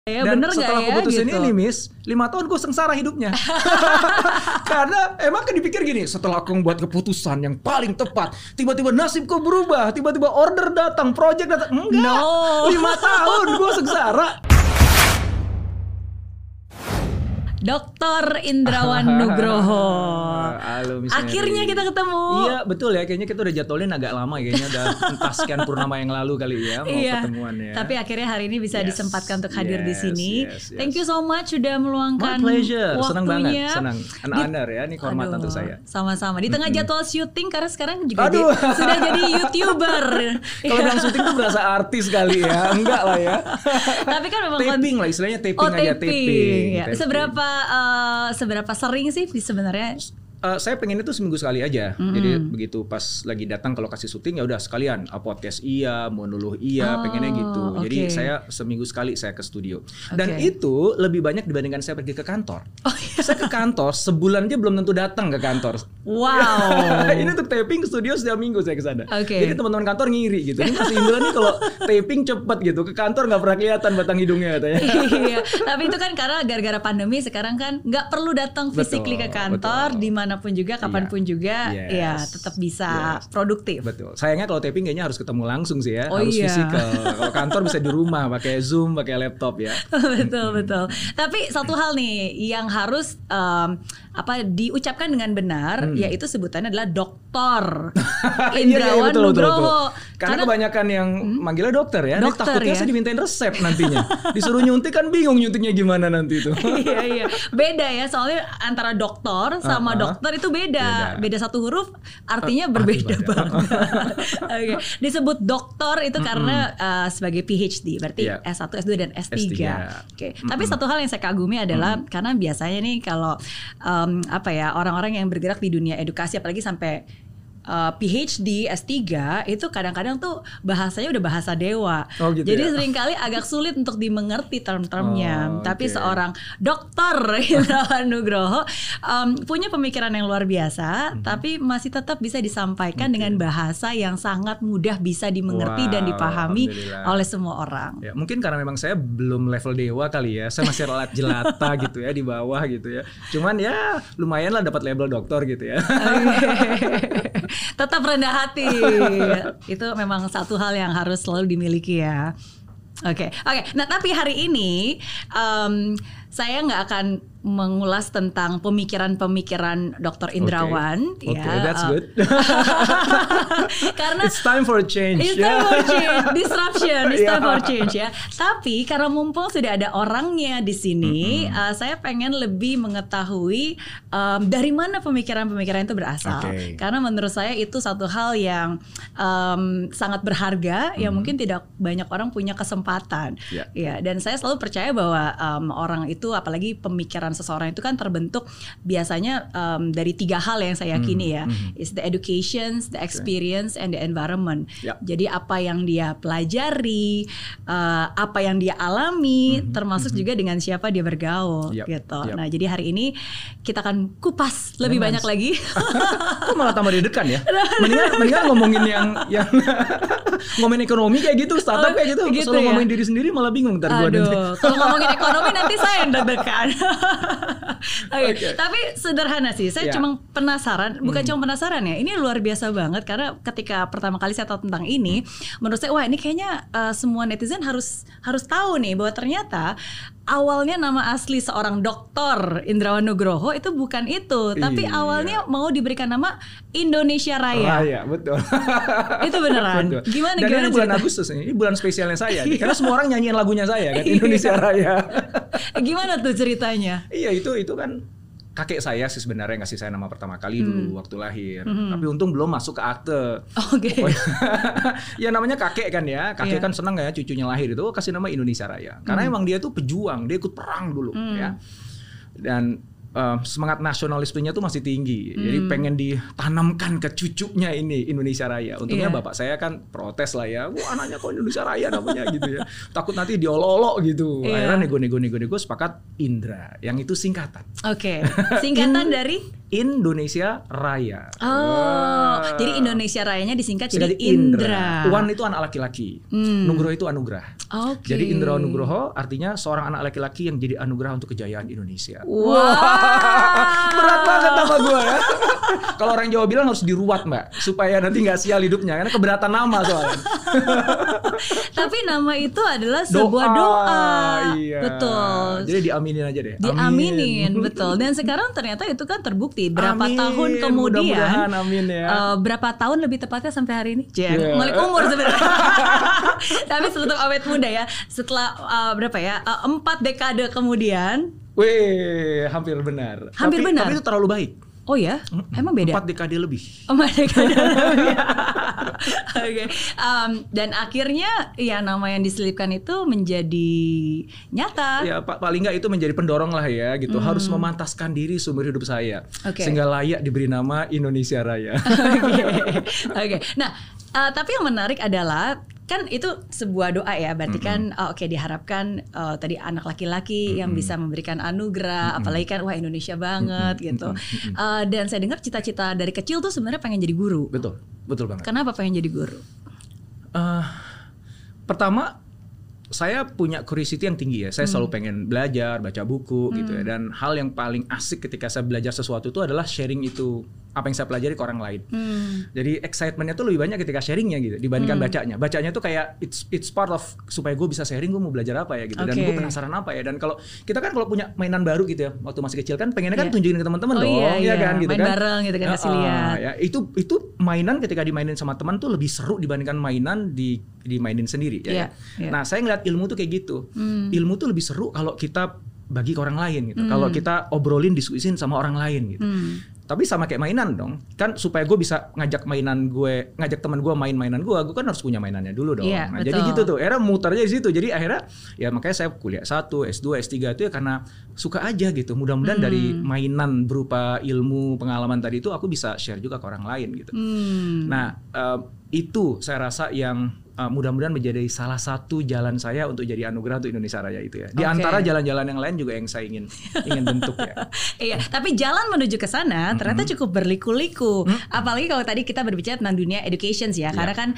Ya, Dan bener setelah ya, aku putusin gitu. ini Miss, 5 tahun gue sengsara hidupnya. Karena emang kan dipikir gini, setelah aku membuat keputusan yang paling tepat, tiba-tiba nasibku berubah, tiba-tiba order datang, project datang. Enggak, No. 5 tahun gue sengsara. Dr. Indrawan Nugroho. Halo Miss Akhirnya Mary. kita ketemu. Iya betul ya, kayaknya kita udah jadwalin agak lama kayaknya, udah entah sekian purnama yang lalu kali ya mau Iya. ketemuannya. Tapi akhirnya hari ini bisa Yes, disempatkan untuk hadir di yes, sini. yes. Thank you so much sudah My meluangkan pleasure, waktunya. senang banget, senang. An Di- honor ya, ini kehormatan Aduh, untuk saya. Sama-sama. Di tengah jadwal syuting karena sekarang juga Aduh. sudah jadi YouTuber. Kalau bilang syuting tuh berasa artis kali ya, enggak lah ya. Tapi kan memang Taping lah istilahnya, taping aja taping. Ya. Seberapa sering sih sebenarnya? Saya pengen itu seminggu sekali aja. Jadi begitu pas lagi datang ke lokasi syuting ya udah sekalian podcast iya, monolog iya, pengennya gitu. Jadi oke. saya seminggu sekali saya ke studio. Dan Oke. itu lebih banyak dibandingkan saya pergi ke kantor. Oh, iya. Saya ke kantor sebulan aja belum tentu datang ke kantor. Wow. Ini untuk taping ke studio setiap minggu saya ke sana. Oke. Jadi teman-teman kantor ngiri gitu. Ini masih Indra nih kalau taping cepet gitu. Ke kantor nggak pernah kelihatan batang hidungnya katanya. Iya, tapi itu kan karena gara-gara pandemi sekarang kan nggak perlu datang physically ke kantor, betul. dimanapun juga, kapanpun juga, Yes. ya tetap bisa Yes. produktif. Betul. Sayangnya kalau taping kayaknya harus ketemu langsung sih ya. Oh harus iya. fisikal. Kalau kantor bisa di rumah pakai Zoom, pakai laptop ya. Betul. Tapi satu hal nih yang harus diucapkan dengan benar, yaitu sebutannya adalah Doktor Indrawan betul. Nugroho. Karena kebanyakan yang manggilnya dokter ya. Ini Dokter takutnya ya. saya dimintain resep nantinya. Disuruh nyuntik kan bingung nyuntiknya gimana nanti itu. Iya. Beda ya, soalnya antara dokter sama dokter itu beda. Beda satu huruf artinya berbeda banget. Oke. Disebut dokter itu karena sebagai PhD, berarti Iya. S1, S2 dan S3. S3. Oke. Tapi satu hal yang saya kagumi adalah karena biasanya nih kalau orang-orang yang bergerak di dunia edukasi apalagi sampai PhD, S3 itu kadang-kadang tuh bahasanya udah bahasa dewa. Oh, gitu Jadi ya? seringkali agak sulit untuk dimengerti term-termnya. Oh, Tapi oke. seorang Dokter Indrawan Nugroho punya pemikiran yang luar biasa, tapi masih tetap bisa disampaikan dengan bahasa yang sangat mudah bisa dimengerti dan Wow, dipahami alhamdulillah. oleh semua orang. Ya, mungkin karena memang saya belum level dewa kali ya. Saya masih relat jelata gitu ya di bawah gitu ya. Cuman ya lumayan lah dapat label dokter gitu ya. Tetap rendah hati. Itu memang satu hal yang harus selalu dimiliki ya. Oke. Nah tapi hari ini saya nggak akan mengulas tentang pemikiran-pemikiran Dr. Indrawan. Oke, ya. that's good. Karena It's time for a change. It's time for change, disruption, it's time Yeah. for change ya. Tapi karena mumpung sudah ada orangnya di sini, saya pengen lebih mengetahui dari mana pemikiran-pemikiran itu berasal. Oke. Karena menurut saya itu satu hal yang sangat berharga, yang mungkin tidak banyak orang punya kesempatan. Ya. Ya, dan saya selalu percaya bahwa orang itu, apalagi pemikiran seseorang itu kan terbentuk biasanya dari 3 hal yang saya yakini ya. It's the education, the experience, and the environment. Ya. Jadi apa yang dia pelajari, apa yang dia alami, termasuk juga dengan siapa dia bergaul, Yap, gitu. yap. Nah, jadi hari ini kita akan kupas lebih banyak lagi. Kok malah tambah deg-degan ya? Mendingan ngomongin yang ngomongin ekonomi kayak gitu, startup kayak gitu. Gitu Selalu ya? ngomongin diri sendiri malah bingung ntar gue nanti. Aduh, kalau ngomongin ekonomi nanti saya yang deg-degan. Oke, tapi sederhana sih. Saya Ya. cuma penasaran, bukan cuma penasaran ya. Ini luar biasa banget karena ketika pertama kali saya tahu tentang ini, menurut saya wah ini kayaknya semua netizen harus tahu nih bahwa ternyata awalnya nama asli seorang Doktor Indrawan Nugroho itu bukan itu, tapi Iya. awalnya mau diberikan nama Indonesia Raya. Iya, betul. Itu beneran. Betul. Gimana Dan ini bulan cerita? Agustus ini bulan spesialnya saya. Karena semua orang nyanyiin lagunya saya kan, Indonesia Raya. Gimana tuh ceritanya? Iya, itu kan kakek saya sih sebenarnya ngasih saya nama pertama kali dulu waktu lahir. Tapi untung belum masuk ke akte. Oke. Ya namanya kakek kan ya. Kakek Iya. kan senang ya cucunya lahir itu kasih nama Indonesia Raya. Karena emang dia tuh pejuang, dia ikut perang dulu ya. Dan semangat nasionalismenya tuh masih tinggi. Jadi pengen ditanamkan ke cucunya ini Indonesia Raya. Untungnya Iya. bapak saya kan protes lah ya. Wah anaknya kok Indonesia Raya namanya gitu ya. Takut nanti diolok-olok gitu. Iya. Akhirnya nego sepakat Indra. Yang itu singkatan. Oke, singkatan dari Indonesia Raya. Jadi Indonesia Rayanya disingkat jadi Indra. Wan itu anak laki-laki, Nugroho itu anugerah. Jadi Indra Nugroho artinya seorang anak laki-laki yang jadi anugerah untuk kejayaan Indonesia. Berat banget nama gue ya. Kalau orang Jawa bilang harus diruat Mbak, supaya nanti nggak sial hidupnya, karena keberatan nama soalnya. Tapi nama itu adalah sebuah doa. Iya. Betul. Jadi diaminin aja deh. Diaminin, betul. Dan sekarang ternyata itu kan terbukti. Berapa tahun kemudian? Amin ya. Berapa tahun lebih tepatnya sampai hari ini? Balik umur sebenarnya. Tapi tetap awet muda ya. Setelah berapa ya? 4 dekade kemudian. Wih, hampir benar. Benar. Tapi itu terlalu baik. Oh ya? Emang beda? 4 dekade lebih. 4 dekade lebih. Oke. Dan akhirnya ya nama yang diselipkan itu menjadi nyata. Ya paling nggak itu menjadi pendorong lah ya gitu. Harus memantaskan diri seumur hidup saya. Sehingga layak diberi nama Indonesia Raya. Oke. Nah, tapi yang menarik adalah kan itu sebuah doa ya, berarti kan diharapkan tadi anak laki-laki yang bisa memberikan anugerah, apalagi kan wah Indonesia banget gitu. Dan saya dengar cita-cita dari kecil tuh sebenarnya pengen jadi guru. Betul banget. Kenapa pengen jadi guru? Pertama, saya punya curiosity yang tinggi ya. Saya selalu pengen belajar, baca buku gitu ya. Dan hal yang paling asik ketika saya belajar sesuatu itu adalah sharing itu, apa yang saya pelajari ke orang lain. Jadi excitementnya tuh lebih banyak ketika sharingnya gitu dibandingkan bacanya. Bacanya tuh kayak it's part of supaya gue bisa sharing, gue mau belajar apa ya gitu. Dan gue penasaran apa ya. Dan kalau kita kan kalau punya mainan baru gitu ya, waktu masih kecil kan pengennya kan tunjukin ke teman-teman dong, ya kan gitu. Main bareng gitu kan, kasih lihat. Ya, itu mainan ketika dimainin sama teman tuh lebih seru dibandingkan mainan dimainin sendiri ya. Nah, saya ngeliat ilmu tuh kayak gitu. Ilmu tuh lebih seru kalau kita bagi ke orang lain gitu. Kalau kita obrolin, diskusin sama orang lain gitu. Tapi sama kayak mainan dong. Kan supaya gue bisa ngajak teman gue main mainan gue kan harus punya mainannya dulu dong. Nah, jadi gitu tuh. Akhirnya muternya di situ. Jadi akhirnya ya makanya saya kuliah S1, S2, S3 itu ya karena suka aja gitu. Mudah-mudahan dari mainan berupa ilmu, pengalaman tadi itu aku bisa share juga ke orang lain gitu. Nah, itu saya rasa yang mudah-mudahan menjadi salah satu jalan saya untuk jadi anugerah untuk Indonesia Raya itu ya. Di antara jalan-jalan yang lain juga yang saya ingin bentuk ya. Iya, tapi jalan menuju ke sana ternyata cukup berliku-liku. Apalagi kalau tadi kita berbicara tentang dunia education ya, karena kan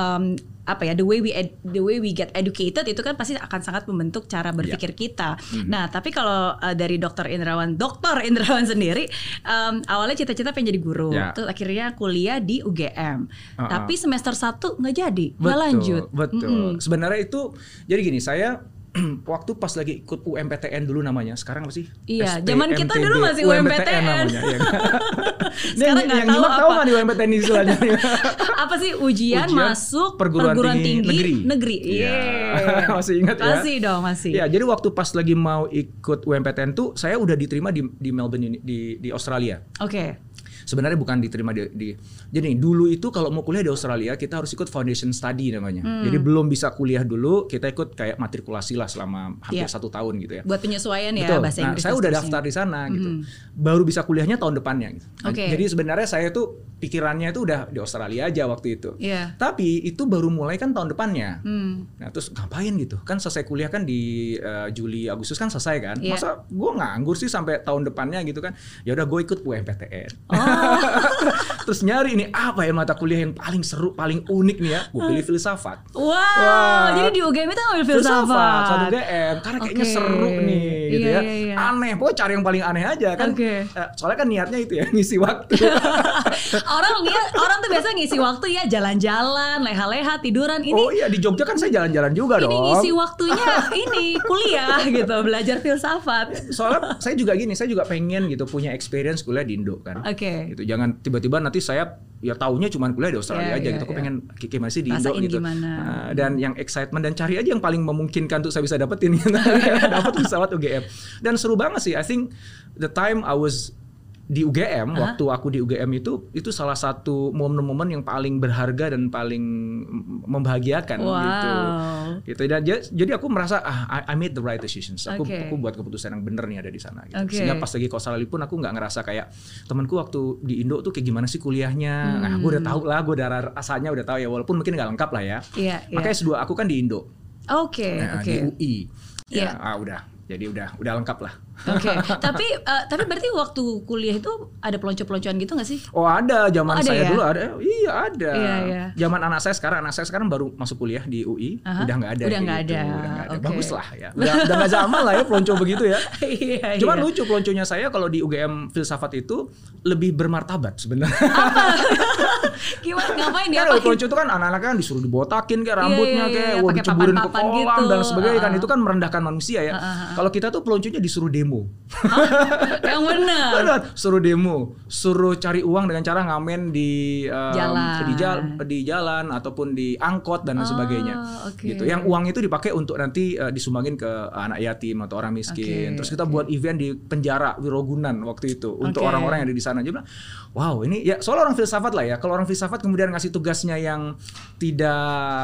the way we get educated itu kan pasti akan sangat membentuk cara berpikir kita. Nah, tapi kalau dari Dr. Indrawan sendiri awalnya cita-cita pengen jadi guru, terus akhirnya kuliah di UGM. Tapi semester 1 nggak jadi, nggak lanjut. Betul. Sebenarnya itu jadi gini, saya waktu pas lagi ikut UMPTN dulu namanya, sekarang apa sih? Iya, zaman kita dulu masih UMPTN namanya. Ya. Sekarang nggak tahu apa. Tahu nggak di UMPTN istilahnya? Apa sih ujian masuk perguruan tinggi negeri? Iya. Masih ingat ya? Masih dong, masih. Ya, jadi waktu pas lagi mau ikut UMPTN tuh saya udah diterima di Melbourne di Australia. Oke. Sebenarnya bukan diterima jadi dulu itu kalau mau kuliah di Australia kita harus ikut foundation study namanya. Jadi belum bisa kuliah dulu, kita ikut kayak matrikulasi lah selama hampir 1 tahun gitu ya. Buat penyesuaian ya bahasa Inggris. Nah, saya udah daftar di sana gitu. Baru bisa kuliahnya tahun depannya gitu. Jadi sebenarnya saya tuh pikirannya itu udah di Australia aja waktu itu. Tapi itu baru mulai kan tahun depannya. Nah, terus ngapain gitu? Kan selesai kuliah kan di Juli Agustus kan selesai kan. Masa gue nganggur sih sampai tahun depannya gitu kan. Ya udah gue ikut UMPTN. Terus nyari ini apa ya mata kuliah yang paling seru, paling unik nih ya. Gue pilih filsafat. Wow. Jadi di UGM itu ngambil filsafat. Satu UGM karena kayaknya seru nih gitu ya. Aneh, pokoknya cari yang paling aneh aja kan. Soalnya kan niatnya itu ya ngisi waktu. orang tuh biasa ngisi waktu ya jalan-jalan, leha-leha, tiduran. Ini oh iya, di Jogja kan saya jalan-jalan juga dong. Ini ngisi waktunya ini kuliah gitu, belajar filsafat. Soalnya saya juga pengen gitu punya experience kuliah di Indo kan. Gitu. Jangan tiba-tiba nanti saya ya taunya cuma kuliah di Australia aja gitu. Aku pengen gimana sih di Indo gitu. Dan yang excitement dan cari aja yang paling memungkinkan untuk saya bisa dapetin gitu. Dapat pesawat UGM. Dan seru banget sih. I think the time I was di UGM, waktu aku di UGM itu salah satu momen-momen yang paling berharga dan paling membahagiakan gitu. Dan jadi aku merasa I made the right decisions. Aku buat keputusan yang benar nih ada di sana gitu. Sehingga pas lagi ke Australia pun aku nggak ngerasa kayak temanku waktu di Indo tuh kayak gimana sih kuliahnya. Nah, gue udah tahu lah, gue udah rasanya udah tahu ya, walaupun mungkin nggak lengkap lah ya. Makanya S2 aku kan di Indo. Di UI. Ya, udah Jadi udah lengkap lah. Oke. Tapi berarti waktu kuliah itu ada pelonco-peloncoan gitu nggak sih? Oh ada, zaman saya ya? dulu ada. Iya ada. Iya. Zaman anak saya sekarang baru masuk kuliah di UI, udah nggak ada. Udah nggak ada. Okay. Bagus lah ya. Udah nggak zaman lah ya pelonco begitu ya. Iya. Cuman lucu pelonconya saya kalau di UGM Filsafat itu lebih bermartabat sebenarnya. Gimana, ngapain dia? Kan pelonco itu kan anak-anaknya kan disuruh dibotakin kayak rambutnya kayak diceburin ke kolam gitu. Dan sebagainya kan itu kan merendahkan manusia ya. Kalau kita tuh pelonconya disuruh demo. Yang benar. Suruh demo, suruh cari uang dengan cara ngamen di jalan ataupun di angkot dan sebagainya. Okay. Gitu. Yang uang itu dipakai untuk nanti disumbangin ke anak yatim atau orang miskin. Terus kita buat event di penjara Wirogunan waktu itu untuk orang-orang yang ada di sana. Jadi bilang, wow ini ya soal orang filsafat lah ya. Kalau orang filsafat kemudian ngasih tugasnya yang tidak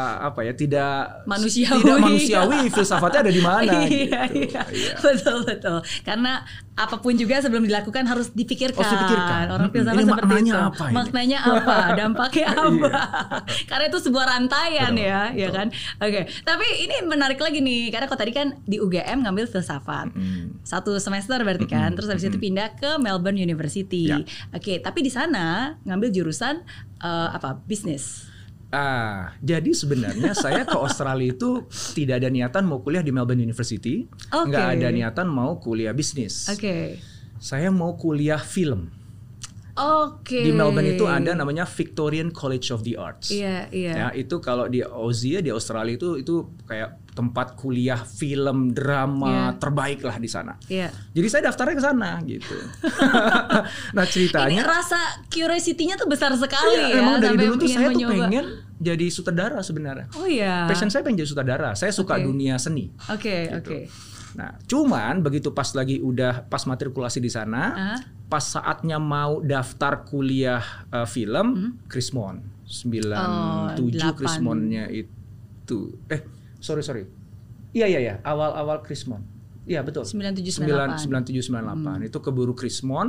manusiawi, filsafatnya ada di mana? Iya. Betul. Karena apapun juga sebelum dilakukan harus dipikirkan. Orang filsafat seperti itu. Maknanya apa? Dampaknya apa? Karena itu sebuah rantaian. Betul. Ya kan? Oke. Tapi ini menarik lagi nih, karena kok tadi kan di UGM ngambil filsafat. 1 semester berarti kan. Terus habis itu pindah ke Melbourne University. Oke, tapi di sana ngambil jurusan bisnis. Jadi sebenarnya saya ke Australia itu tidak ada niatan mau kuliah di Melbourne University, nggak ada niatan mau kuliah bisnis. Saya mau kuliah film. Di Melbourne itu ada namanya Victorian College of the Arts. Iya. Ya, itu kalau di Aussie di Australia itu kayak tempat kuliah film drama terbaik lah di sana. Jadi saya daftarnya ke sana gitu. Nah ceritanya. Ini rasa curiosity-nya tuh besar sekali ya. Emang dari dulu tuh saya tuh pengen jadi sutradara sebenarnya. Oh iya. Passion saya pengen jadi sutradara. Saya suka dunia seni. Oke. Nah, cuman begitu pas matrikulasi di sana, pas saatnya mau daftar kuliah film, Krismon 97 Krismonnya itu. Sorry. Iya, awal Krismon. Iya, betul. 9798. Itu keburu Krismon.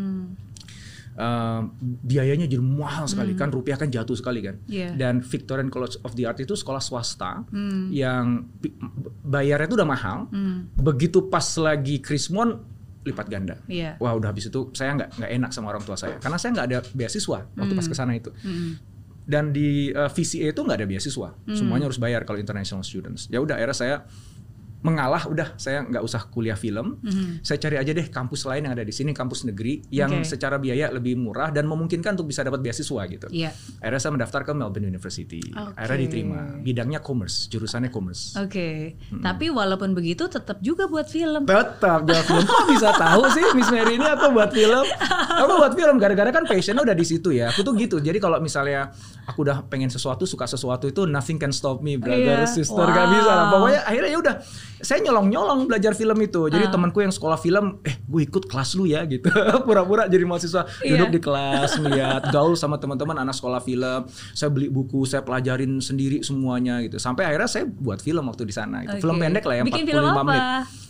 Biayanya jadi mahal sekali kan, rupiah kan jatuh sekali kan. Dan Victorian College of the Arts itu sekolah swasta yang bayarnya itu udah mahal. Begitu pas lagi Krismon lipat ganda. Wah udah habis itu saya nggak enak sama orang tua saya karena saya nggak ada beasiswa waktu pas kesana itu. Dan di VCA itu nggak ada beasiswa, semuanya harus bayar kalau international students. Ya udah akhirnya saya mengalah, udah saya nggak usah kuliah film, saya cari aja deh kampus lain yang ada di sini, kampus negeri yang secara biaya lebih murah dan memungkinkan untuk bisa dapat beasiswa gitu. Akhirnya saya mendaftar ke Melbourne University, akhirnya diterima, bidangnya commerce, jurusannya commerce. Tapi walaupun begitu tetap juga buat film. Tetap buat film. Kok bisa tahu sih Miss Mary ini aku buat film? Aku buat film gara-gara kan passionnya udah di situ ya. Aku tuh gitu. Jadi kalau misalnya aku udah pengen sesuatu, suka sesuatu itu nothing can stop me, brother, sister, gak bisa lah. Pokoknya akhirnya ya udah. Saya nyolong belajar film itu. Jadi temanku yang sekolah film, gue ikut kelas lu ya gitu. Pura-pura jadi mahasiswa, duduk di kelas, ngeliat, gaul sama teman-teman anak sekolah film. Saya beli buku, saya pelajarin sendiri semuanya gitu. Sampai akhirnya saya buat film waktu di sana. Gitu. Film pendek lah ya, 45 menit.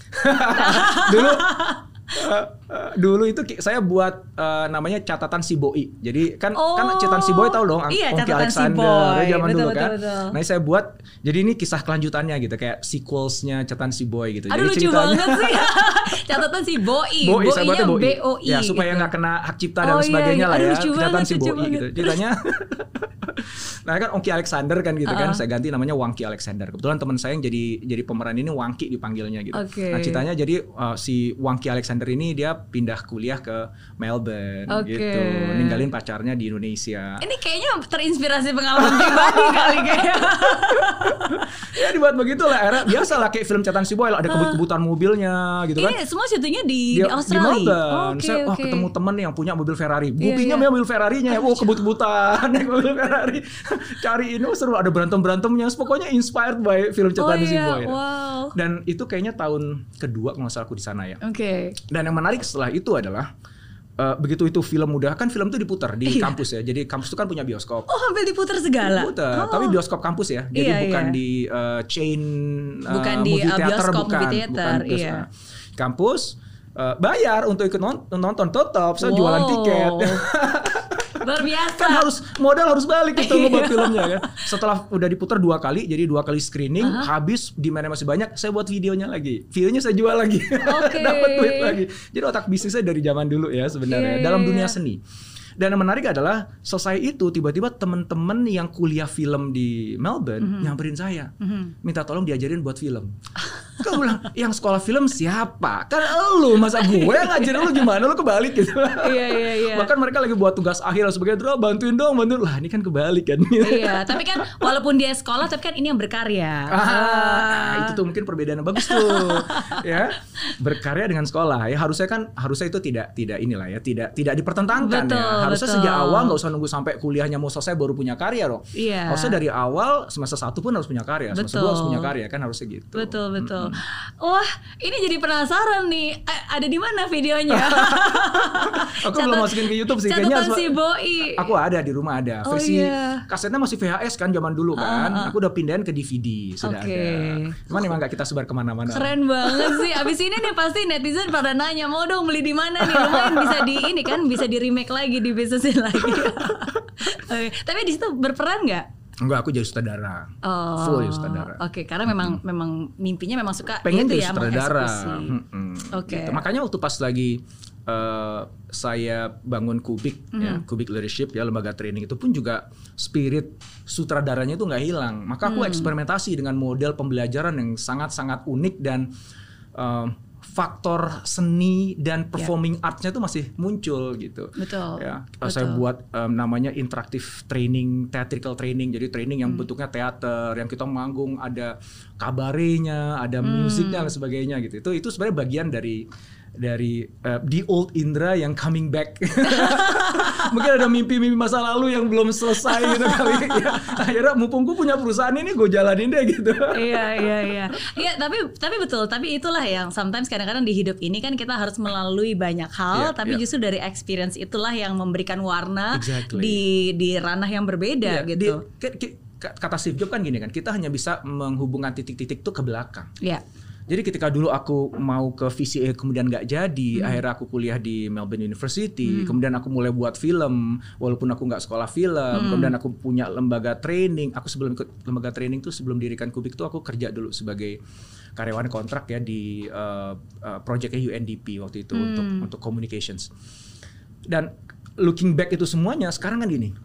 Dulu itu saya buat namanya catatan si Boi. Jadi kan catatan si Boi tahu dong, Ongki Alexander zaman dulu kan. Nah saya buat, jadi ini kisah kelanjutannya gitu, kayak sequelsnya catatan si Boi gitu. Aduh lucu banget sih. Catatan si Boi. Saya buatnya Boi. B-O-I. Ya supaya nggak kena hak cipta dan sebagainya lah ya. Catatan si Boi gitu. Ceritanya. Nah kan Ongki Alexander kan gitu kan, saya ganti namanya Wangki Alexander. Kebetulan teman saya yang jadi pemeran ini Wangki dipanggilnya gitu. Nah ceritanya jadi si Wangki Alexander ini dia pindah kuliah ke Melbourne gitu, ninggalin pacarnya di Indonesia. Ini kayaknya terinspirasi pengalaman pribadi kali kayaknya. Ya dibuat begitulah, era biasa lah kayak film catatan si Boy lah, ada kebut-kebutan mobilnya gitu kan. Ini semua syutingnya di Australia. Di Melbourne. Saya ketemu temen yang punya mobil Ferrari. Bupinya mobil Ferrarinya, kebut-kebutan naik mobil Ferrari. Cari ini seru, ada berantem-berantemnya. Pokoknya inspired by film catatan si Boy. Wow. Dan itu kayaknya tahun kedua kalau nggak salah aku di sana ya. Dan yang menarik setelah itu adalah begitu itu film udah, kan film itu diputar di kampus ya. Jadi kampus itu kan punya bioskop. Hampir diputar segala. Tapi bioskop kampus ya. Jadi bukan di chain bukan di movie theater, movie theater. Kampus bayar untuk ikut nonton tetap, saya jualan tiket. Luar biasa. Kan modal harus balik gitu ngebuat filmnya kan. Setelah udah diputar 2 kali, jadi 2 kali screening, habis demandnya masih banyak, saya buat videonya lagi. Videonya saya jual lagi. Dapat duit lagi. Jadi otak bisnisnya dari zaman dulu ya sebenarnya dalam dunia seni. Dan yang menarik adalah selesai itu tiba-tiba teman-teman yang kuliah film di Melbourne nyamperin saya, minta tolong diajarin buat film. Kau bilang, yang sekolah film siapa? Kan elu, masa gue yang ngajarin lu gimana, lu kebalik gitu. Iya. Bahkan mereka lagi buat tugas akhir dan sebagainya, terus bantuin dong. Lah ini kan kebalik kan. Iya, tapi kan walaupun dia sekolah, tapi kan ini yang berkarya. Itu tuh mungkin perbedaan yang bagus tuh. Ya, berkarya dengan sekolah ya harusnya itu tidak inilah ya, tidak dipertentangkan. Betul, ya. Harusnya sejak awal nggak usah nunggu sampai kuliahnya mau selesai baru punya karya dong. Iya. Harusnya dari awal semester 1 pun harus punya karya, semester 2 harus punya karya kan harusnya gitu. Betul. Wah, ini jadi penasaran nih. Ada di mana videonya? Aku belum masukin ke YouTube sih. Catatan si Boi. Aku ada di rumah ada. Versi kasetnya masih VHS kan zaman dulu kan. Aku udah pindahin ke DVD sudah ada. Cuman emang nggak kita sebar kemana-mana. Keren banget sih. Abis ini nih pasti netizen pada nanya mau dong beli di mana nih. Lumayan bisa di ini kan bisa di remake lagi, dibisnisin lagi. Tapi di situ berperan nggak? Enggak, aku jadi sutradara. Full sutradara. Oke, karena memang mimpinya memang suka pengen itu jadi ya, sutradara. Oke. Gitu. Makanya waktu pas lagi saya bangun Kubik ya, Kubik Leadership ya, lembaga training itu pun juga spirit sutradaranya itu nggak hilang. Maka aku eksperimentasi dengan model pembelajaran yang sangat-sangat unik dan faktor seni dan performing arts-nya itu masih muncul gitu. Betul. Ya, saya buat namanya interactive training, theatrical training. Jadi training yang bentuknya teater, yang kita manggung ada kabarenya, ada musiknya dan sebagainya gitu. Itu sebenarnya bagian dari the old Indra yang coming back. Mungkin ada mimpi-mimpi masa lalu yang belum selesai gitu kali ya. Akhirnya mumpung gue punya perusahaan ini gue jalanin deh gitu. Iya, tapi betul, tapi itulah yang sometimes kadang-kadang di hidup ini kan kita harus melalui banyak hal, tapi justru dari experience itulah yang memberikan warna di ranah yang berbeda gitu. Kata Steve Jobs kan gini kan, kita hanya bisa menghubungkan titik-titik itu ke belakang. Iya. Jadi ketika dulu aku mau ke VCA kemudian nggak jadi, akhirnya aku kuliah di Melbourne University, kemudian aku mulai buat film, walaupun aku nggak sekolah film, kemudian aku punya lembaga training. Aku sebelum ikut lembaga training tuh, sebelum dirikan Kubik tuh aku kerja dulu sebagai karyawan kontrak ya di projectnya UNDP waktu itu untuk communications. Dan looking back itu semuanya sekarang kan gini,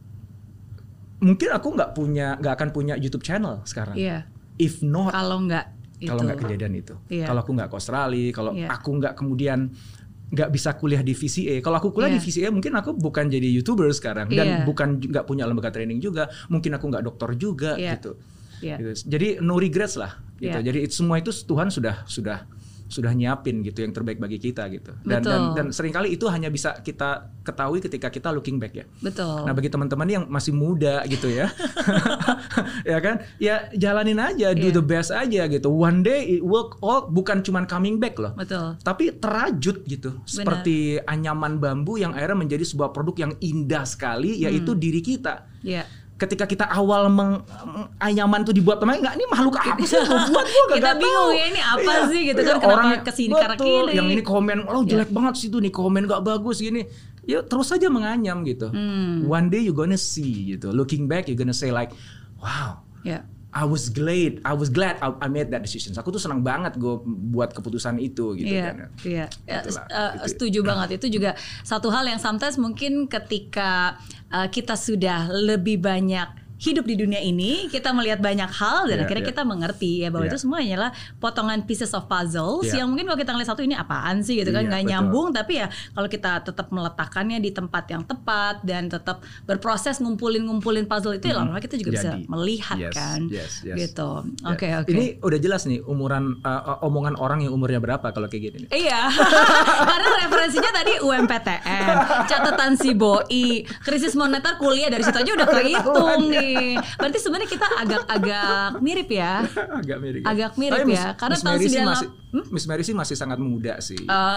mungkin aku nggak akan punya YouTube channel sekarang. Iya. If not, kalau nggak kejadian itu, iya. Kalau aku nggak ke Australia, kalau aku nggak kemudian nggak bisa kuliah di VCA, kalau aku kuliah di VCA mungkin aku bukan jadi YouTuber sekarang dan bukan nggak punya lembaga training juga, mungkin aku nggak dokter juga gitu. Jadi no regrets lah gitu. Jadi semua itu Tuhan sudah nyiapin gitu yang terbaik bagi kita gitu. Dan seringkali itu hanya bisa kita ketahui ketika kita looking back ya. Betul. Nah, bagi teman-teman yang masih muda gitu ya. Ya kan? Ya jalanin aja, do the best aja gitu. One day it will all bukan cuman coming back loh. Betul. Tapi terajut gitu. Benar. Seperti anyaman bambu yang akhirnya menjadi sebuah produk yang indah sekali, yaitu diri kita. Iya. Ketika kita awal anyaman tuh dibuat teman, nggak ini makhluk apa sih gue buat, gue kita bingung ya ini apa sih gitu kan, kenapa kesini karena kini yang ini komen jelek banget sih tuh nih, komen nggak bagus gini, ya terus aja menganyam gitu. One day you gonna see gitu, looking back you gonna say like wow, I was glad I made that decision. Aku tuh senang banget gue buat keputusan itu gitu kan. Iya. Setuju banget. Itu juga satu hal yang sometimes mungkin ketika kita sudah lebih banyak hidup di dunia ini, kita melihat banyak hal dan akhirnya kita mengerti ya bahwa itu semua hanyalah potongan pieces of puzzles yang mungkin kalau kita ngeliat satu ini apaan sih gitu kan, nggak nyambung, tapi ya kalau kita tetap meletakkannya di tempat yang tepat dan tetap berproses ngumpulin puzzle itu, lama-lama kita juga bisa melihat kan gitu. Oke. Ini udah jelas nih umuran omongan orang yang umurnya berapa kalau kayak gini. Iya. Karena referensinya tadi UMPTN, catatan si Boi, krisis moneter kuliah, dari situ aja udah kehitung nih. Berarti sebenarnya kita agak mirip ya. Agak mirip ya. Karena tahun 98 Miss Mary sih masih sangat muda sih.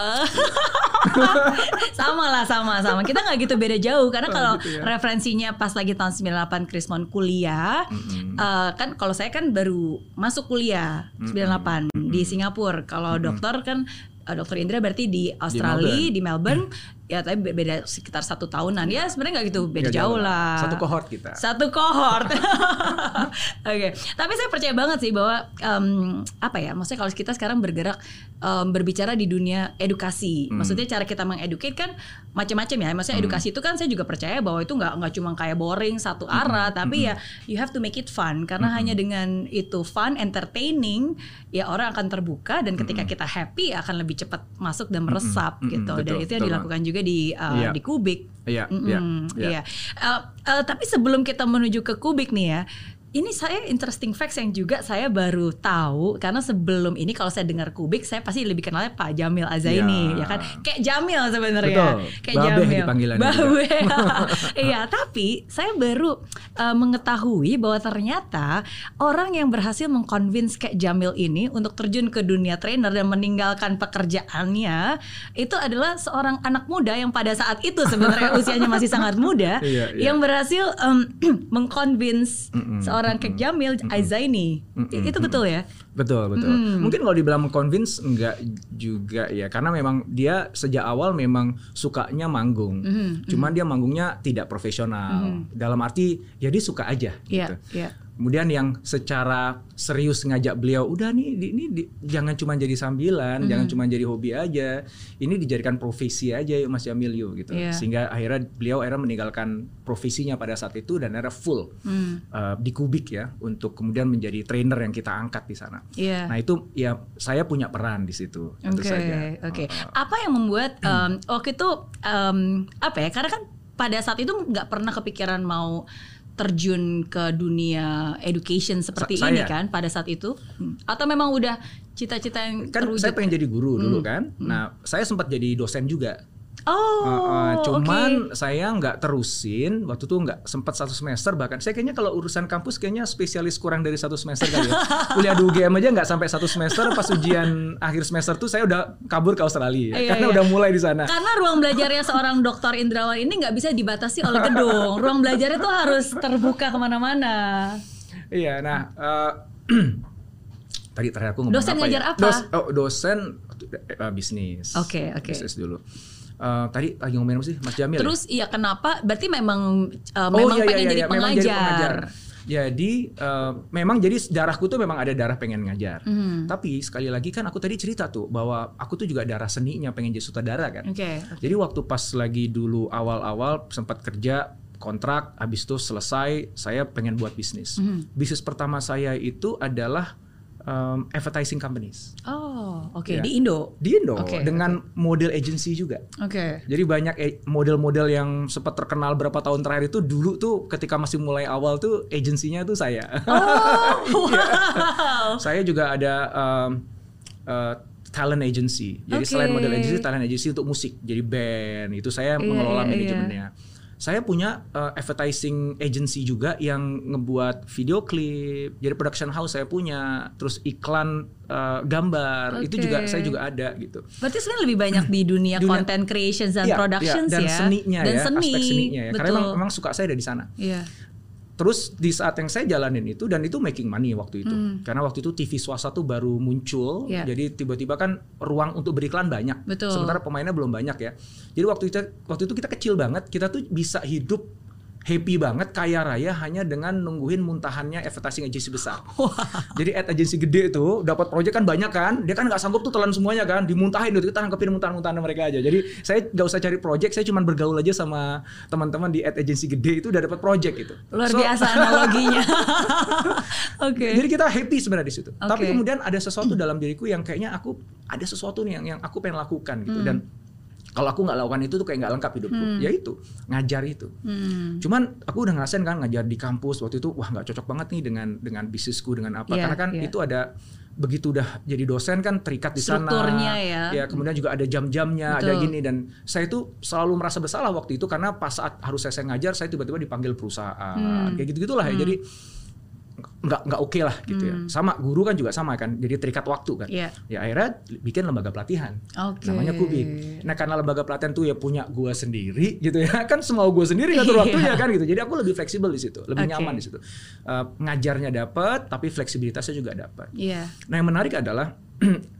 Sama. Kita nggak gitu beda jauh. Karena kalau referensinya pas lagi tahun 98 Krismon kuliah, kan kalau saya kan baru masuk kuliah 98 di Singapura. Kalau dokter kan Dr. Indra berarti di Australia, di Melbourne. ya tapi beda sekitar 1 tahunan. Ya sebenarnya nggak gitu beda Nggak jauh lah. Satu kohort kita. Satu kohort. Oke. Tapi saya percaya banget sih bahwa apa ya? Maksudnya kalau kita sekarang bergerak berbicara di dunia edukasi. Maksudnya cara kita mengeducate kan macam-macam ya. Maksudnya edukasi itu kan saya juga percaya bahwa itu nggak cuma kayak boring satu arah, tapi ya you have to make it fun karena hanya dengan itu fun, entertaining, ya orang akan terbuka dan ketika kita happy akan lebih cepat masuk dan meresap gitu. Betul, Dan itu yang dilakukan juga di Kubik. Iya. Tapi sebelum kita menuju ke Kubik nih ya, ini saya interesting facts yang juga saya baru tahu karena sebelum ini kalau saya dengar Kubik saya pasti lebih kenalnya Pak Jamil Azaini ya kan, kayak Jamil sebenarnya, kayak Babeh Jamil. Dipanggilannya Babeh. Iya, tapi saya baru mengetahui bahwa ternyata orang yang berhasil mengconvince kayak Jamil ini untuk terjun ke dunia trainer dan meninggalkan pekerjaannya itu adalah seorang anak muda yang pada saat itu sebenarnya usianya masih sangat muda yang berhasil mengconvince seorang kayak Jamil Azaini. Itu betul ya? Betul. Mungkin kalau dibilang convince enggak juga ya, karena memang dia sejak awal memang sukanya manggung. Cuman dia manggungnya tidak profesional. Dalam arti ya dia suka aja gitu. Kemudian yang secara serius ngajak beliau, udah ini jangan cuma jadi sambilan, jangan cuma jadi hobi aja. Ini dijadikan profesi aja yuk Mas Jamil yuk gitu. Sehingga beliau meninggalkan profesinya pada saat itu dan full di Kubik ya untuk kemudian menjadi trainer yang kita angkat di sana. Nah itu ya saya punya peran di situ. Oke. Apa yang membuat waktu itu apa ya? Karena kan pada saat itu nggak pernah kepikiran mau terjun ke dunia education seperti ini kan pada saat itu, atau memang udah cita-cita yang kan terwujud? Saya pengen jadi guru dulu kan. Nah saya sempat jadi dosen juga. Cuman saya nggak terusin waktu itu, nggak sempat 1 semester, bahkan saya kayaknya kalau urusan kampus kayaknya spesialis kurang dari 1 semester kali ya. Kuliah di UGM aja nggak sampai 1 semester, pas ujian akhir semester tuh saya udah kabur ke Australia karena udah mulai di sana. Karena ruang belajarnya seorang Dr. Indrawan ini nggak bisa dibatasi oleh gedung, ruang belajarnya tuh harus terbuka kemana-mana. Iya, nah tadi terakhir aku ngomong dosen ngajar apa? Dosen bisnis. Oke. Bisnis dulu. Tadi lagi ngomongin apa sih Mas Jamil? Terus iya kenapa? Berarti memang pengen jadi pengajar. Memang jadi pengajar. Jadi memang jadi darahku tuh memang ada darah pengen ngajar. Tapi sekali lagi kan aku tadi cerita tuh bahwa aku tuh juga darah seninya, pengen jadi sutradara kan. Jadi waktu pas lagi dulu awal-awal sempat kerja kontrak, habis itu selesai saya pengen buat bisnis. Bisnis pertama saya itu adalah advertising companies. Oke. Di Indo. Di Indo dengan model agency juga. Jadi banyak model-model yang sempat terkenal berapa tahun terakhir itu dulu tuh ketika masih mulai awal tuh agensinya tuh saya. Saya juga ada talent agency. Jadi selain model agency, talent agency untuk musik. Jadi band itu saya mengelola manajemennya. Saya punya advertising agency juga yang ngebuat video klip. Jadi production house saya punya, terus iklan gambar itu juga saya juga ada gitu. Berarti sebenarnya lebih banyak di dunia content creation dan productions dan seninya dan aspek seninya ya. Karena memang suka saya ada di sana. Terus di saat yang saya jalanin itu, dan itu making money waktu itu. Karena waktu itu TV swasta tuh baru muncul. Jadi tiba-tiba kan ruang untuk beriklan banyak. Sementara pemainnya belum banyak ya. Jadi waktu itu kita kecil banget. Kita tuh bisa hidup happy banget, kaya raya hanya dengan nungguin muntahannya advertising agency besar. Jadi ad agency gede tuh dapat proyek kan banyak kan, dia kan nggak sanggup tuh telan semuanya kan, dimuntahin gitu, kita tangkepin muntahan-muntahan mereka aja. Jadi saya nggak usah cari proyek, saya cuma bergaul aja sama teman-teman di ad agency gede itu udah dapat proyek gitu. Luar biasa analoginya. Jadi kita happy sebenarnya di situ. Tapi kemudian ada sesuatu dalam diriku yang kayaknya ada sesuatu nih yang aku pengen lakukan gitu. Dan kalau aku nggak lakukan itu tuh kayak nggak lengkap hidupku. Ya itu, ngajar itu. Cuman aku udah ngerasain kan ngajar di kampus waktu itu, wah nggak cocok banget nih dengan bisnisku, dengan apa. Karena kan itu ada, begitu udah jadi dosen kan terikat di sana. Strukturnya ya. Kemudian juga ada jam-jamnya, ada gini. Dan saya itu selalu merasa bersalah waktu itu karena pas saat harus saya ngajar, saya tiba-tiba dipanggil perusahaan. Kayak gitu-gitulah ya. Jadi nggak oke lah gitu ya. Sama guru kan juga sama kan, jadi terikat waktu kan. Ya akhirnya bikin lembaga pelatihan, namanya Kubik. Nah karena lembaga pelatihan tuh ya punya gua sendiri gitu ya, kan semau gua sendiri ngatur waktunya kan gitu. Jadi aku lebih fleksibel di situ, lebih nyaman di situ. Ngajarnya dapat, tapi fleksibilitasnya juga dapat. Nah yang menarik adalah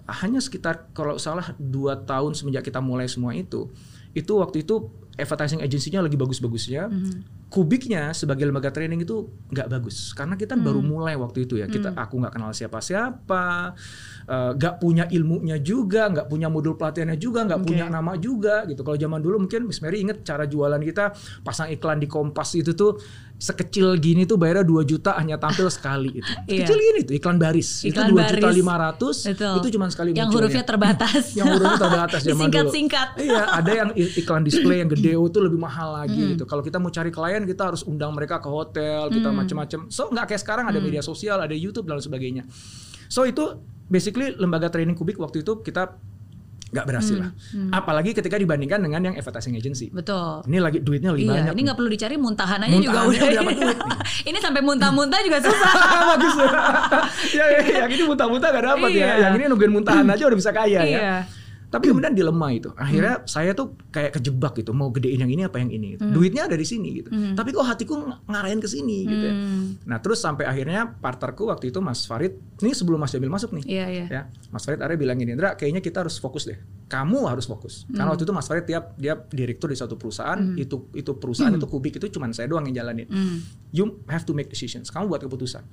hanya sekitar kalau salah 2 tahun semenjak kita mulai semua itu waktu itu advertising agency-nya lagi bagus-bagusnya. Kubiknya sebagai lembaga training itu nggak bagus karena kita baru mulai waktu itu ya. Aku nggak kenal siapa-siapa, nggak punya ilmunya juga, nggak punya modul pelatihannya juga, nggak punya nama juga gitu. Kalau zaman dulu mungkin Miss Mary inget cara jualan kita, pasang iklan di Kompas itu tuh sekecil gini tuh bayarnya 2 juta hanya tampil sekali itu. Kecil gini tuh iklan baris. Iklan itu 2.500.000 itu cuma sekali yang munculnya. Hurufnya terbatas. Yang hurufnya terbatas zaman dulu. Disingkat-singkat. Iya, ada yang iklan display yang gede itu lebih mahal lagi gitu. Kalau kita mau cari klien kita harus undang mereka ke hotel, kita macam-macam. So nggak kayak sekarang ada media sosial, ada YouTube dan sebagainya. So itu basically lembaga training Kubik waktu itu kita nggak berhasil lah. Apalagi ketika dibandingkan dengan yang advertising agency. Betul. Ini lagi duitnya lebih banyak. Ini nggak perlu dicari, muntahan aja juga udah dapat duit. Ini sampai muntah-muntah juga susah. Bagus. Yang ini muntah-muntah nggak dapat ya. Yang ini nungguin muntahan aja udah bisa kaya ya. Tapi kemudian dilema itu. Akhirnya saya tuh kayak kejebak gitu. Mau gedein yang ini apa yang ini gitu. Duitnya ada di sini gitu. Tapi kok hatiku ngarahin ke sini gitu ya. Nah terus sampai akhirnya partnerku waktu itu Mas Farid. Ini sebelum Mas Jamil masuk nih. Ya, Mas Farid akhirnya bilang gini, Indra kayaknya kita harus fokus deh. Kamu harus fokus. Karena waktu itu Mas Farid dia direktur di suatu perusahaan. Itu perusahaan itu Kubik itu cuma saya doang yang jalanin. You have to make decisions. Kamu buat keputusan.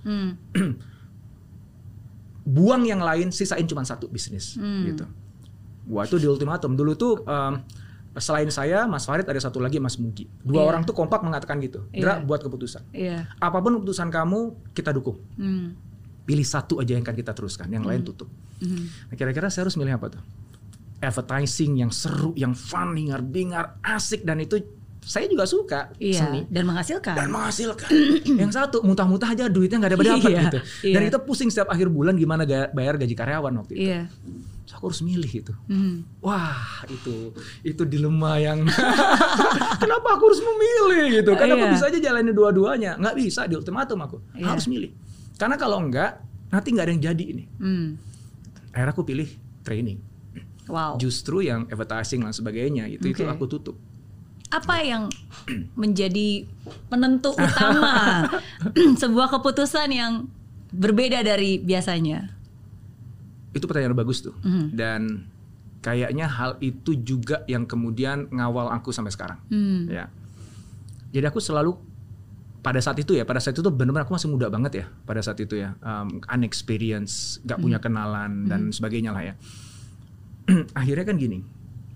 Buang yang lain, sisain cuma satu bisnis gitu. Wah itu di ultimatum. Dulu tuh selain saya, Mas Farid ada satu lagi Mas Mugi. Dua orang tuh kompak mengatakan gitu. Indra buat keputusan. Apapun keputusan kamu kita dukung. Pilih satu aja yang akan kita teruskan. Yang lain tutup. Nah, kira-kira saya harus milih apa tuh? Advertising yang seru, yang fun, hingar-bingar, asik dan itu saya juga suka seni dan menghasilkan. Yang satu muntah-muntah aja duitnya nggak dapat gitu. Dan kita pusing setiap akhir bulan gimana bayar gaji karyawan waktu itu. So, aku harus milih itu. Wah itu dilema yang kenapa aku harus memilih gitu? Kan aku bisa aja jalanin dua-duanya. Nggak bisa di ultimatum aku harus milih. Karena kalau enggak nanti nggak ada yang jadi ini. Akhirnya aku pilih training. Justru yang advertising dan sebagainya itu aku tutup. Apa yang menjadi penentu utama sebuah keputusan yang berbeda dari biasanya? Itu pertanyaan bagus tuh. Dan kayaknya hal itu juga yang kemudian ngawal aku sampai sekarang. Ya. Jadi aku selalu pada saat itu tuh benar-benar aku masih muda banget ya pada saat itu ya, unexperienced, gak punya kenalan dan sebagainya lah ya. Akhirnya kan gini,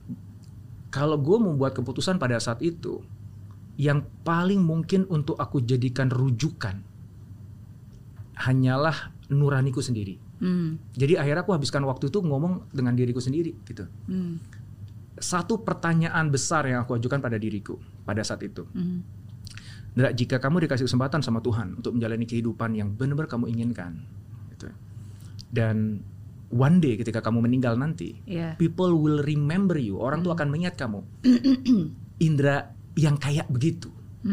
kalau gue membuat keputusan pada saat itu, yang paling mungkin untuk aku jadikan rujukan hanyalah nuraniku sendiri. Jadi akhirnya aku habiskan waktu itu ngomong dengan diriku sendiri gitu. Satu pertanyaan besar yang aku ajukan pada diriku pada saat itu. Nah, jika kamu dikasih kesempatan sama Tuhan untuk menjalani kehidupan yang benar-benar kamu inginkan, gitu. Dan one day ketika kamu meninggal nanti, people will remember you. Orang tuh akan mengingat kamu. Indra yang kayak begitu.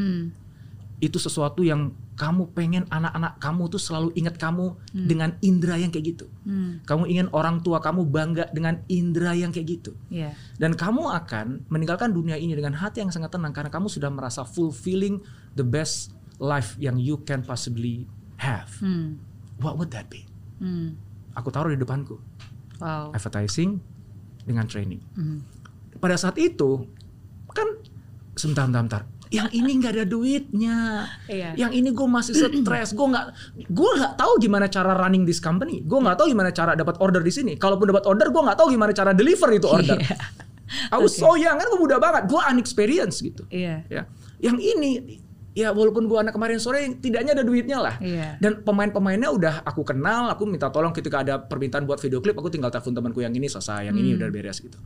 Itu sesuatu yang kamu pengen anak-anak kamu tuh selalu ingat kamu dengan Indra yang kayak gitu. Kamu ingin orang tua kamu bangga dengan Indra yang kayak gitu. Dan kamu akan meninggalkan dunia ini dengan hati yang sangat tenang karena kamu sudah merasa fulfilling the best life yang you can possibly have. What would that be? Aku taruh di depanku. Advertising dengan training. Pada saat itu kan sebentar. Yang ini nggak ada duitnya. Yang ini gue masih stres. Gue nggak tahu gimana cara running this company. Gue nggak tahu gimana cara dapat order di sini. Kalaupun dapat order, gue nggak tahu gimana cara deliver itu order. Aku so young kan, gue muda banget. Gue unexperienced gitu. Ya. Yang ini ya walaupun gue anak kemarin sore tidaknya ada duitnya lah. Dan pemain-pemainnya udah aku kenal. Aku minta tolong ketika ada permintaan buat video klip, aku tinggal telepon temanku yang ini selesai, yang ini udah beres gitu.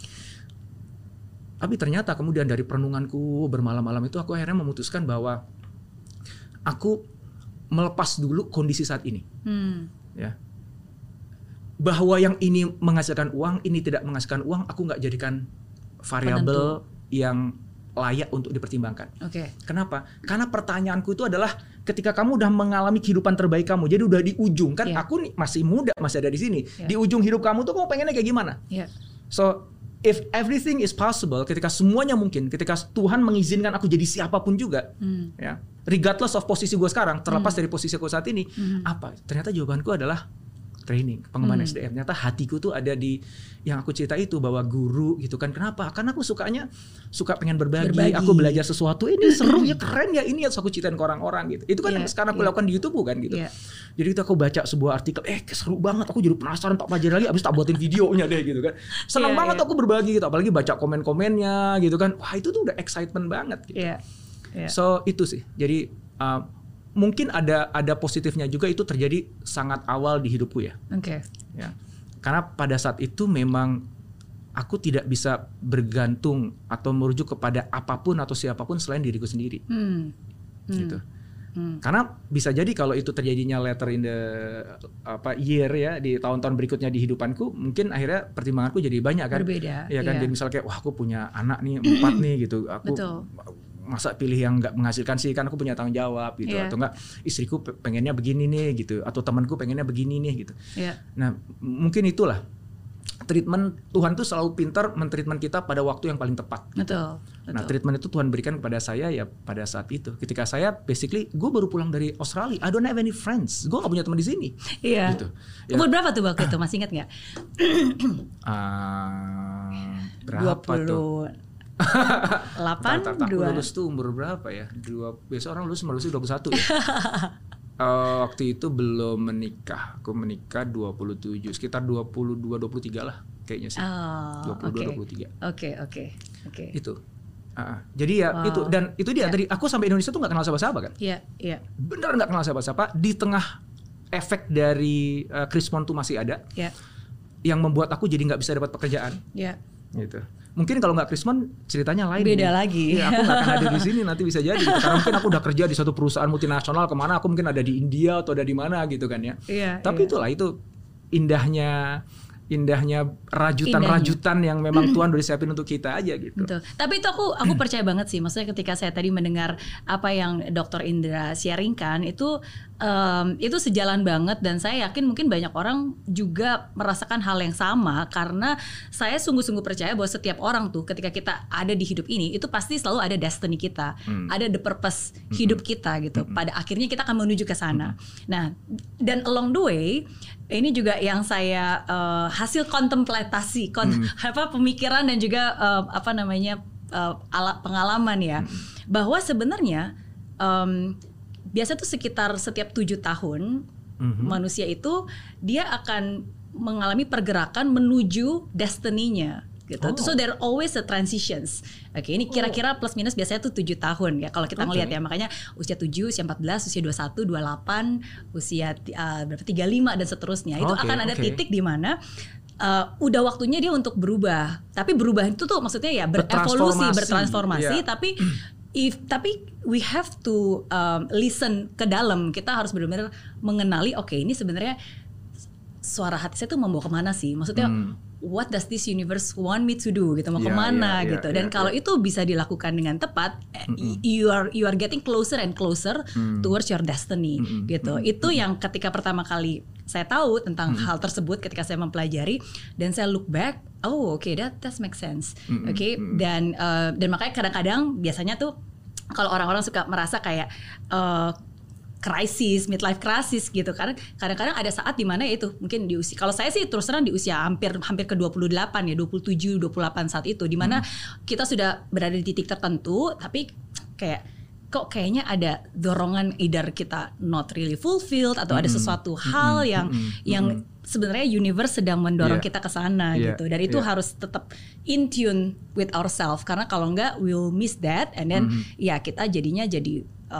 Tapi ternyata kemudian dari perenunganku bermalam-malam itu aku akhirnya memutuskan bahwa aku melepas dulu kondisi saat ini. Ya. Bahwa yang ini menghasilkan uang, ini tidak menghasilkan uang, aku nggak jadikan variabel yang layak untuk dipertimbangkan. Kenapa? Karena pertanyaanku itu adalah ketika kamu udah mengalami kehidupan terbaik kamu, jadi udah di ujung kan, aku nih masih muda, masih ada di sini. Di ujung hidup kamu tuh kamu pengennya kayak gimana? So if everything is possible, ketika semuanya mungkin, ketika Tuhan mengizinkan aku jadi siapapun juga, ya, regardless of posisi gue sekarang, terlepas dari posisi gue saat ini, apa? Ternyata jawabanku adalah training, pengembangan SDM. Ternyata hatiku tuh ada di yang aku cerita itu, bahwa guru gitu kan. Kenapa? Karena aku suka pengen berbagi. Aku belajar sesuatu, ini seru ya, keren ya, ini harus aku ceritain ke orang-orang gitu. Itu kan yang sekarang aku lakukan di YouTube kan gitu. Jadi itu aku baca sebuah artikel, seru banget, aku jadi penasaran, tak pelajari lagi, abis tak buatin videonya deh gitu kan. Senang banget aku berbagi gitu, apalagi baca komen-komennya gitu kan. Wah, itu tuh udah excitement banget gitu. So itu sih. Jadi mungkin ada positifnya juga, itu terjadi sangat awal di hidupku ya. Ya. Karena pada saat itu memang aku tidak bisa bergantung atau merujuk kepada apapun atau siapapun selain diriku sendiri. Gitu. Karena bisa jadi kalau itu terjadinya later in the year ya, di tahun-tahun berikutnya di hidupanku, mungkin akhirnya pertimbanganku jadi banyak kan. Berbeda. Ya kan, jadi misalnya kayak, wah aku punya anak nih 4 nih gitu. Aku masa pilih yang nggak menghasilkan sih, kan aku punya tanggung jawab gitu. Atau enggak, istriku pengennya begini nih gitu, atau temanku pengennya begini nih gitu. Nah gitu. Mungkin itulah treatment Tuhan tuh selalu pintar mentreatment kita pada waktu yang paling tepat gitu. Nah treatment itu Tuhan berikan kepada saya ya pada saat itu, ketika saya basically gue baru pulang dari Australia, I don't have any friends, gue gak punya teman di sini. Gitu. Umur berapa tuh waktu itu, masih ingat nggak? Berapa 20. tuh? 8, 2. Lulus tuh umur berapa ya? Biasa orang lulus 21 ya. Waktu itu belum menikah. Aku menikah 27, sekitar 22-23 lah kayaknya sih. 22-23. Oke. Itu. Jadi ya itu, dan itu dia tadi aku sampai Indonesia tuh nggak kenal siapa-siapa kan? Iya. Benar nggak kenal siapa-siapa. Di tengah efek dari Krismon tuh masih ada. Yang membuat aku jadi nggak bisa dapat pekerjaan. Gitu. Mungkin kalau nggak Krismon ceritanya lain. Beda lagi. Ya, aku nggak akan ada di sini nanti bisa jadi. Gitu. Karena mungkin aku udah kerja di satu perusahaan multinasional, kemana aku mungkin ada di India atau ada di mana gitu kan ya. Tapi itulah, itu indahnya rajutan-rajutan yang memang Tuhan udah siapin untuk kita aja gitu. Betul. Tapi itu aku percaya banget sih. Maksudnya ketika saya tadi mendengar apa yang Dr. Indra sharingkan, itu sejalan banget, dan saya yakin mungkin banyak orang juga merasakan hal yang sama, karena saya sungguh-sungguh percaya bahwa setiap orang tuh ketika kita ada di hidup ini itu pasti selalu ada destiny kita, ada the purpose hidup kita gitu. Pada akhirnya kita akan menuju ke sana. Nah, dan along the way ini juga yang saya hasil kontemplasi, pemikiran dan juga pengalaman ya, bahwa sebenarnya biasa tuh sekitar setiap 7 tahun manusia itu dia akan mengalami pergerakan menuju destiny-nya gitu. So there are always a transitions. Ini kira-kira plus minus biasanya tuh 7 tahun ya kalau kita ngelihat ya. Makanya usia 7, usia 14, usia 21, 28, usia 35 dan seterusnya. Itu akan ada titik di mana udah waktunya dia untuk berubah. Tapi berubah itu tuh maksudnya ya bertransformasi. Tapi we have to listen ke dalam. Kita harus benar-benar mengenali, ini sebenarnya suara hati saya tuh membawa kemana sih? Maksudnya what does this universe want me to do gitu, mau kemana gitu. Dan kalau itu bisa dilakukan dengan tepat, you are getting closer and closer towards your destiny gitu. Itu yang ketika pertama kali saya tahu tentang hal tersebut, ketika saya mempelajari dan saya look back, that makes sense. Dan makanya kadang-kadang biasanya tuh kalau orang-orang suka merasa kayak krisis, midlife crisis gitu, karena kadang-kadang ada saat di mana itu mungkin di usia, kalau saya sih terus terang di usia hampir ke 28 ya, 27, 28 saat itu, di mana kita sudah berada di titik tertentu, tapi kayaknya ada dorongan either kita not really fulfilled atau ada sesuatu hal yang sebenarnya universe sedang mendorong kita ke sana gitu. Dan itu harus tetap in tune with ourselves, karena kalau enggak we'll miss that, and then kita jadinya jadi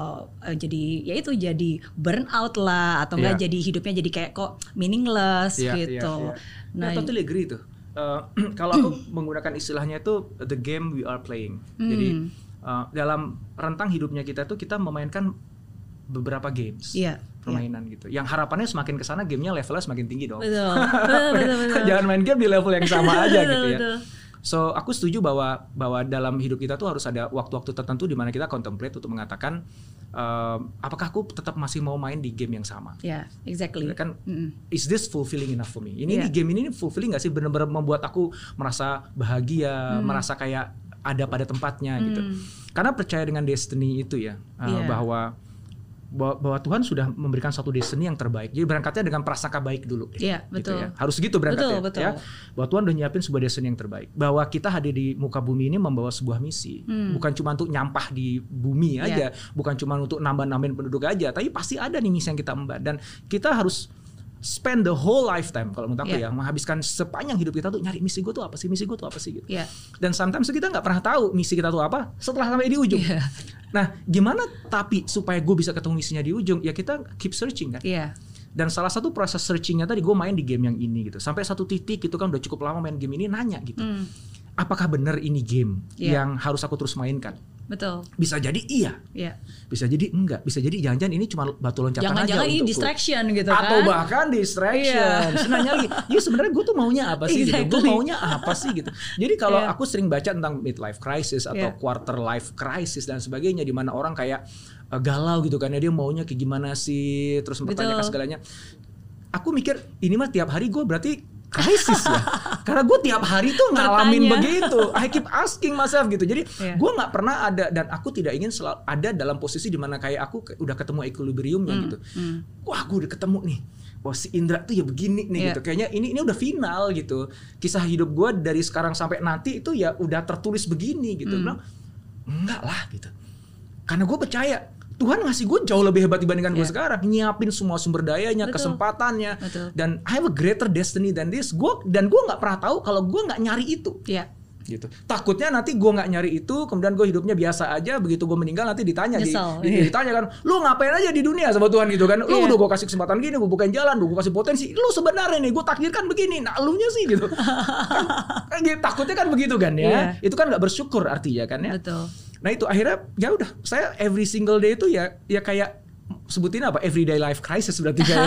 burnout lah, atau enggak jadi hidupnya jadi kayak kok meaningless gitu. Nah, totally agree tuh. Kalau aku menggunakan istilahnya itu the game we are playing. Jadi dalam rentang hidupnya kita tuh kita memainkan beberapa games, permainan gitu. Yang harapannya semakin kesana gamenya levelnya semakin tinggi dong. Betul. Jangan main game di level yang sama aja gitu ya. So aku setuju bahwa dalam hidup kita tuh harus ada waktu-waktu tertentu di mana kita contemplate untuk mengatakan apakah aku tetap masih mau main di game yang sama? Exactly. Kan is this fulfilling enough for me? Ini game ini fulfilling nggak sih? Benar-benar membuat aku merasa bahagia, merasa kayak ada pada tempatnya gitu. Karena percaya dengan destiny itu ya, bahwa bahwa Tuhan sudah memberikan satu destiny yang terbaik. Jadi berangkatnya dengan prasangka baik dulu. Iya, betul. Gitu ya. Harus gitu berangkatnya. Betul. Ya. Bahwa Tuhan udah nyiapin sebuah destiny yang terbaik. Bahwa kita hadir di muka bumi ini membawa sebuah misi. Bukan cuma untuk nyampah di bumi aja, bukan cuma untuk nambah-nambahin penduduk aja, tapi pasti ada nih misi yang kita emban, dan kita harus spend the whole lifetime kalau menurut aku ya, menghabiskan sepanjang hidup kita tuh nyari misi gue tuh apa sih gitu. Dan sometimes kita nggak pernah tahu misi kita tuh apa setelah sampai di ujung. Nah, gimana tapi supaya gue bisa ketemu misinya di ujung? Ya kita keep searching kan. Dan salah satu proses searchingnya tadi, gue main di game yang ini gitu. Sampai satu titik gitu kan, udah cukup lama main game ini, nanya gitu. Apakah benar ini game yang harus aku terus mainkan? Betul. Bisa jadi iya. Bisa jadi enggak. Bisa jadi jangan-jangan ini cuma batu loncatan aja. Jangan-jangan ini distraction gitu kan. Atau bahkan distraction. Senangnya lagi. Ya sebenarnya gue tuh maunya apa sih gitu. Gue maunya apa sih gitu. Jadi kalau aku sering baca tentang midlife crisis atau quarter life crisis dan sebagainya, di mana orang kayak galau gitu kan. Dia maunya kayak gimana sih. Terus mempertanyakan segalanya. Aku mikir ini mah tiap hari gue berarti krisis ya, karena gue tiap hari tuh ngalamin begitu. I keep asking myself gitu. Jadi gue nggak pernah ada, dan aku tidak ingin selalu ada dalam posisi dimana kayak aku udah ketemu equilibriumnya gitu. Wah, gue udah ketemu nih. Wah, si Indra tuh ya begini nih gitu. Kayaknya ini udah final gitu. Kisah hidup gue dari sekarang sampai nanti itu ya udah tertulis begini gitu. Bilang enggak lah gitu. Karena gue percaya Tuhan ngasih gue jauh lebih hebat dibandingkan gue sekarang. Nyiapin semua sumber dayanya, kesempatannya. Dan I have a greater destiny than this. Dan gue gak pernah tahu kalau gue gak nyari itu. Gitu. Takutnya nanti gue gak nyari itu, kemudian gue hidupnya biasa aja. Begitu gue meninggal nanti ditanya. Ditanya kan, lu ngapain aja di dunia sama Tuhan gitu kan. Lu udah gue kasih kesempatan gini, gue bukain jalan, gue kasih potensi. Lu sebenarnya nih, gue takdirkan begini. Nah elunya sih gitu. kan, takutnya kan begitu kan ya. Itu kan gak bersyukur artinya kan ya. Betul. Nah itu akhirnya ya udah, saya every single day itu ya kayak sebutin apa, everyday life crisis berarti kayak.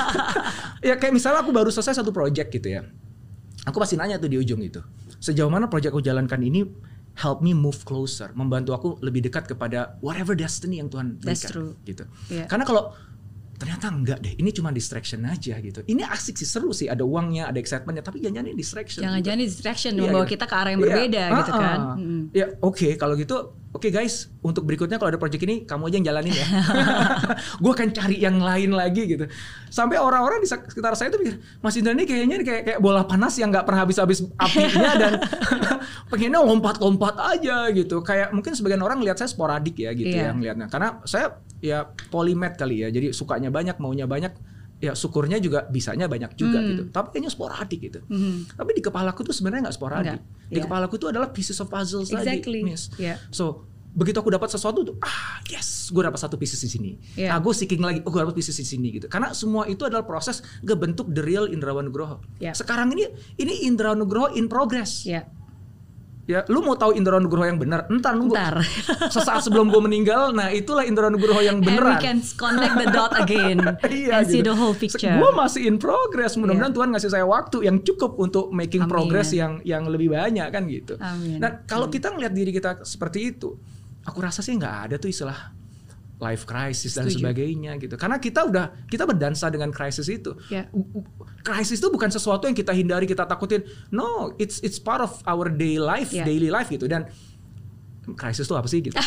Ya kayak misalnya aku baru selesai satu project gitu ya. Aku pasti nanya tuh di ujung itu, sejauh mana project aku jalankan ini help me move closer, membantu aku lebih dekat kepada whatever destiny yang Tuhan berikan. That's true. Gitu. Karena kalau ternyata enggak deh, ini cuma distraction aja gitu. Ini asik sih, seru sih, ada uangnya, ada excitementnya, tapi jangan-jangan ini distraction. Jangan-jangan ini distraction, membawa kita ke arah yang berbeda gitu kan. Ya oke, kalau gitu, oke guys, untuk berikutnya kalau ada project ini kamu aja yang jalanin ya. Gue akan cari yang lain lagi gitu. Sampai orang-orang di sekitar saya tuh pikir, Mas Indra ini kayaknya kayak bola panas yang nggak pernah habis-habis apinya dan pengennya lompat-lompat aja gitu. Kayak mungkin sebagian orang lihat saya sporadik ya gitu ya ngelihatnya. Karena saya ya polymath kali ya, jadi sukanya banyak, maunya banyak, ya syukurnya juga bisanya banyak juga gitu. Tapi kayaknya sporadik gitu. Tapi di kepalaku tuh sebenarnya nggak sporadik. Di kepalaku tuh adalah pieces of puzzles tadi, Miss. So begitu aku dapat sesuatu tuh, yes, gue dapat satu pieces di sini. Gue seeking lagi, gue dapat pieces di sini gitu. Karena semua itu adalah proses ngebentuk the real Indrawan Nugroho. Sekarang ini Indrawan Nugroho in progress. Ya, lu mau tahu Indrawan Nugroho yang benar? Ntar. Sesaat sebelum gue meninggal, nah itulah Indrawan Nugroho yang beneran. And we can connect the dot again and see the whole picture. Gue masih in progress. Mudah-mudahan Tuhan ngasih saya waktu yang cukup untuk making progress yang lebih banyak kan gitu. Nah, kalau kita ngeliat diri kita seperti itu, aku rasa sih nggak ada tuh istilah life crisis dan sebagainya gitu. Karena kita berdansa dengan krisis itu. Krisis itu bukan sesuatu yang kita hindari, kita takutin. No, it's part of our daily life gitu. Dan krisis itu apa sih gitu.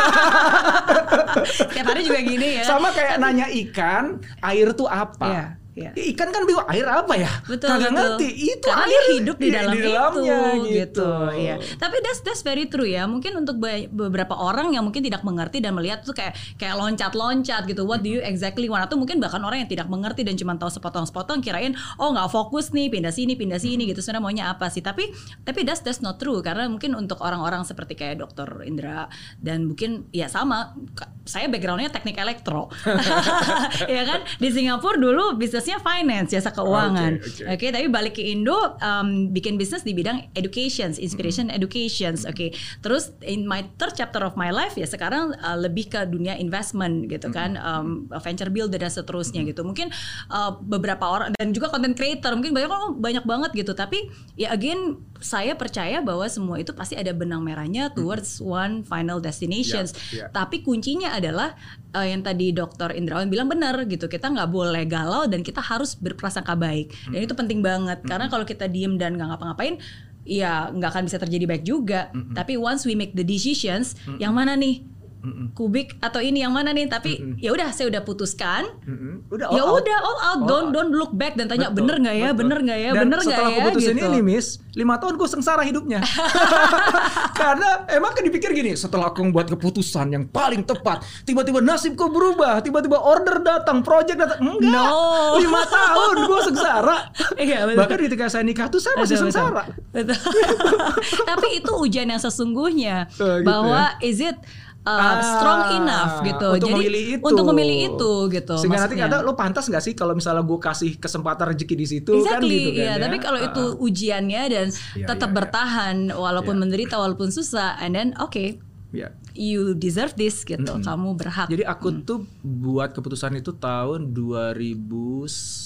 Tiap hari juga gini ya. Sama kayak nanya ikan, air itu apa? Ikan kan bingung, air apa ya? Kagak ngerti. Itu karena air dia hidup di dalamnya gitu. Tapi that's very true ya. Mungkin untuk beberapa orang yang mungkin tidak mengerti dan melihat tuh kayak loncat-loncat gitu. What do you exactly want? Atau mungkin bahkan orang yang tidak mengerti dan cuma tahu sepotong-sepotong, kirain nggak fokus nih, pindah sini gitu. Sebenarnya maunya apa sih? Tapi that's not true, karena mungkin untuk orang-orang seperti kayak Dr. Indra dan mungkin ya sama. Saya backgroundnya teknik elektro, ya kan. Di Singapura dulu bisnisnya finance, jasa keuangan. Oke, tapi balik ke Indo, bikin bisnis di bidang education, inspiration education. Terus in my third chapter of my life ya sekarang lebih ke dunia investment gitu kan, venture builder dan seterusnya gitu. Mungkin beberapa orang dan juga content creator mungkin banyak banget gitu. Tapi ya again, saya percaya bahwa semua itu pasti ada benang merahnya towards one final destinations. Tapi kuncinya adalah yang tadi Dr. Indrawan bilang benar gitu, kita nggak boleh galau dan kita harus berprasangka baik. Dan itu penting banget, karena kalau kita diem dan nggak ngapa-ngapain, ya nggak akan bisa terjadi baik juga. Tapi once we make the decisions, yang mana nih kubik atau ini yang mana nih? Tapi ya udah, saya udah putuskan. Udah all out. Don't look back dan tanya bener nggak ya, bener nggak ya, dan bener nggak ya. Setelah aku putusin gitu. ini, Miss, 5 tahun gue sengsara hidupnya. Karena emang kan dipikir gini, setelah aku membuat keputusan yang paling tepat, tiba-tiba nasibku berubah, tiba-tiba order datang, project datang. Enggak. 5 tahun gue sengsara. Iya, betul. Bahkan ketika saya nikah tuh saya masih sengsara. Betul. Tapi itu ujian yang sesungguhnya gitu bahwa is it strong enough gitu. Untuk jadi memilih itu. untuk memilih itu gitu. Sehingga nanti maksudnya. kata lo pantas gak sih kalau misalnya gue kasih kesempatan rezeki di situ kan gitu kan. Iya, tapi kalau itu ujiannya dan tetap bertahan walaupun menderita, walaupun susah, and then you deserve this gitu. Kamu berhak. Jadi aku tuh buat keputusan itu tahun 2000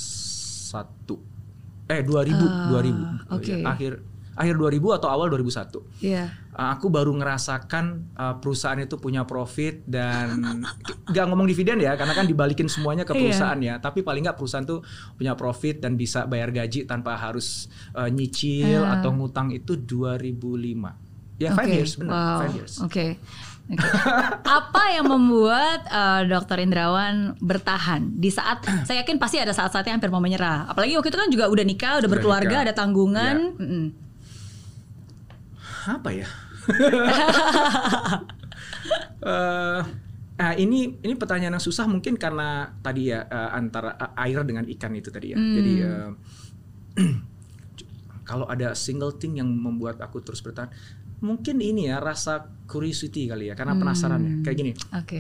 Okay. Akhir 2000 atau awal 2001. Iya. Aku baru ngerasakan perusahaan itu punya profit dan gak ngomong dividen ya, karena kan dibalikin semuanya ke perusahaan ya. Tapi paling nggak perusahaan tuh punya profit dan bisa bayar gaji tanpa harus nyicil atau ngutang itu 2005. Ya 5 years benar, 5 years. Oke. Apa yang membuat Dr. Indrawan bertahan di saat saya yakin pasti ada saat-saatnya hampir mau menyerah. Apalagi waktu itu kan juga udah nikah, udah berkeluarga, ada tanggungan. Apa ya? Ini pertanyaan yang susah mungkin karena tadi ya antara air dengan ikan itu tadi ya. Jadi kalau ada single thing yang membuat aku terus bertahan, mungkin ini ya rasa curiosity kali ya, karena penasaran ya. Kayak gini,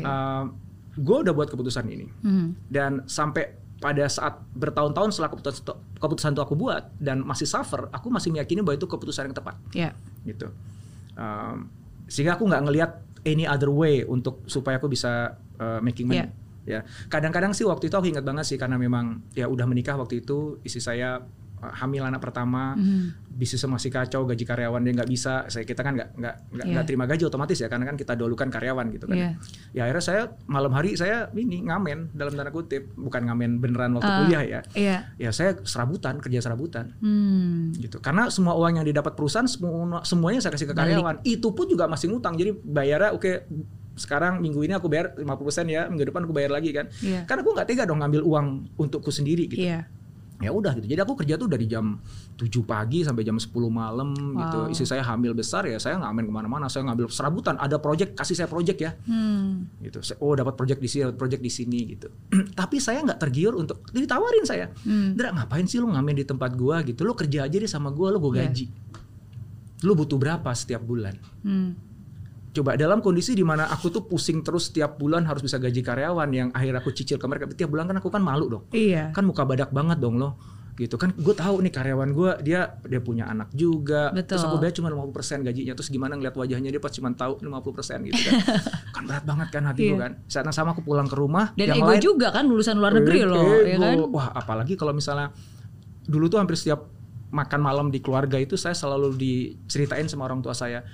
gue udah buat keputusan ini dan sampai pada saat bertahun-tahun setelah keputusan itu aku buat dan masih suffer, aku masih meyakini bahwa itu keputusan yang tepat. Gitu. Sehingga aku nggak ngelihat any other way untuk supaya aku bisa making money. Ya, kadang-kadang sih waktu itu aku ingat banget sih karena memang ya udah menikah waktu itu, istri saya hamil anak pertama, bisnisnya masih kacau, gaji karyawan dia nggak bisa, kita kan nggak terima gaji otomatis ya, karena kan kita dahulukan karyawan gitu kan. Ya akhirnya saya malam hari saya ini ngamen dalam tanda kutip, bukan ngamen beneran waktu kuliah ya. Ya saya kerja serabutan, gitu. Karena semua uang yang didapat perusahaan semuanya saya kasih ke karyawan. Itu pun juga masih ngutang, jadi bayarnya sekarang minggu ini aku bayar 50% ya, minggu depan aku bayar lagi kan. Karena aku nggak tega dong ngambil uang untukku sendiri gitu. Ya udah gitu. Jadi aku kerja tuh dari jam 7 pagi sampai jam 10 malam gitu. Istri saya hamil besar ya, saya ngamen kemana-mana. Saya ngambil serabutan. Ada project, kasih saya project ya. Gitu. Oh dapat project di sini, dapat project di sini gitu. Tapi saya nggak tergiur untuk ditawarin saya. Dra, ngapain sih lo ngamen di tempat gua gitu? Lo kerja aja deh sama gua, lo gua gaji. Lo butuh berapa setiap bulan? Coba dalam kondisi di mana aku tuh pusing terus setiap bulan harus bisa gaji karyawan yang akhirnya aku cicil ke mereka tiap bulan, kan aku kan malu dong. Kan muka badak banget dong lo. Gitu kan, gue tahu nih karyawan gue dia punya anak juga. Terus aku bayar cuma 50% gajinya, terus gimana ngeliat wajahnya dia pas cuma tahu 50% gitu kan. Kan berat banget kan hati gue kan. Saat yang sama aku pulang ke rumah dan ego lain, juga kan lulusan luar negeri loh ya kan. Wah apalagi kalau misalnya dulu tuh hampir setiap makan malam di keluarga itu saya selalu diceritain sama orang tua saya.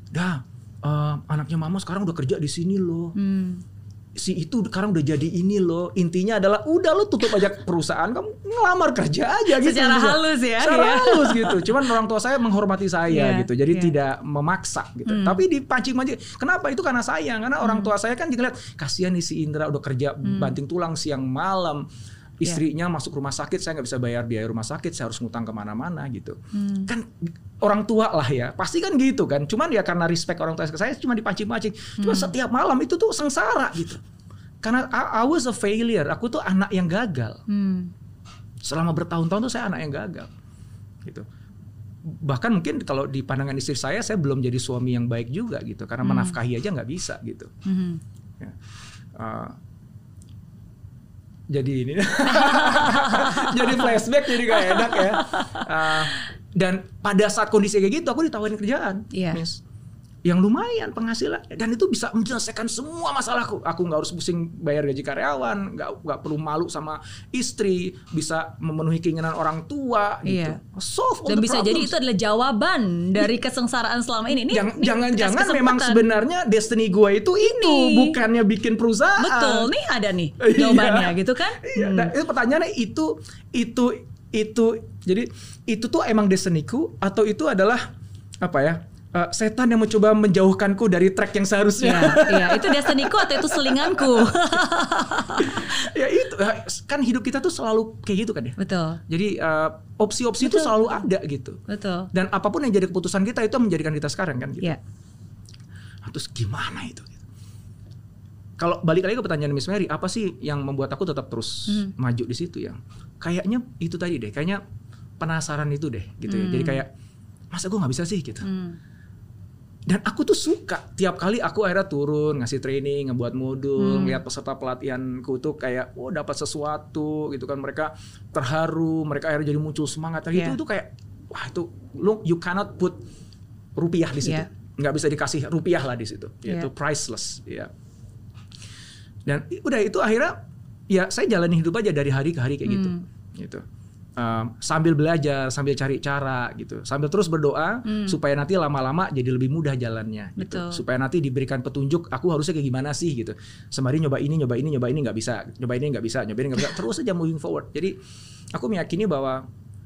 Anaknya mama sekarang udah kerja di sini loh. Si itu sekarang udah jadi ini loh. Intinya adalah udah lo tutup aja perusahaan, kamu ngelamar kerja aja gitu. Secara halus ya. Secara halus gitu. Cuman orang tua saya menghormati saya gitu. Jadi tidak memaksa gitu. Tapi dipancing-pancing. Kenapa? Itu karena sayang. Karena orang tua saya kan juga lihat kasihan nih si Indra udah kerja banting tulang siang malam. Istrinya masuk rumah sakit, saya nggak bisa bayar biaya rumah sakit, saya harus ngutang kemana-mana gitu. Kan orang tua lah ya, pasti kan gitu kan. Cuman ya karena respect orang tua saya cuma dipancing-pancing. Cuma setiap malam itu tuh sengsara gitu. Karena I was a failure, aku tuh anak yang gagal. Selama bertahun-tahun tuh saya anak yang gagal gitu. Bahkan mungkin kalau di pandangan istri saya belum jadi suami yang baik juga gitu. Karena menafkahi aja nggak bisa gitu. Ya. Jadi ini jadi flashback, jadi gak enak ya. Dan pada saat kondisi kayak gitu aku ditawarin kerjaan, Miss, yang lumayan penghasilan dan itu bisa menyelesaikan semua masalahku. Aku nggak harus pusing bayar gaji karyawan, nggak perlu malu sama istri, bisa memenuhi keinginan orang tua gitu. Solve all dan the bisa problems. jadi itu adalah jawaban dari kesengsaraan selama ini. Jangan-jangan memang sebenarnya destiny gue itu bukannya bikin perusahaan. Betul, nih ada nih jawabannya gitu kan. Nah, itu pertanyaannya itu jadi itu tuh emang destiny-ku atau itu adalah apa ya? setan yang mencoba menjauhkanku dari track yang seharusnya. Iya, itu destiniku atau itu selinganku. Ya itu kan hidup kita tuh selalu kayak gitu kan ya. Betul. Jadi opsi-opsi itu selalu ada gitu. Betul. Dan apapun yang jadi keputusan kita itu menjadikan kita sekarang kan gitu. Iya. Terus gimana itu? Kalau balik lagi ke pertanyaan Miss Mary, apa sih yang membuat aku tetap terus maju di situ ya? Kayaknya itu tadi deh, kayaknya penasaran itu deh gitu ya. Jadi kayak masa gue nggak bisa sih gitu. Dan aku tuh suka tiap kali aku akhirnya turun ngasih training, ngebuat modul, ngeliat peserta pelatihanku tuh kayak dapat sesuatu gitu kan, mereka terharu, mereka akhirnya jadi muncul semangat. Itu kayak wah itu you cannot put rupiah di situ. Nggak bisa dikasih rupiah lah di situ. Itu priceless ya. Dan udah itu akhirnya ya saya jalani hidup aja dari hari ke hari kayak gitu. Sambil belajar, sambil cari cara gitu, sambil terus berdoa supaya nanti lama-lama jadi lebih mudah jalannya gitu. Supaya nanti diberikan petunjuk aku harusnya kayak gimana sih gitu. Sembari nyoba ini nggak bisa, nyoba ini nggak bisa, terus aja moving forward. Jadi aku meyakini bahwa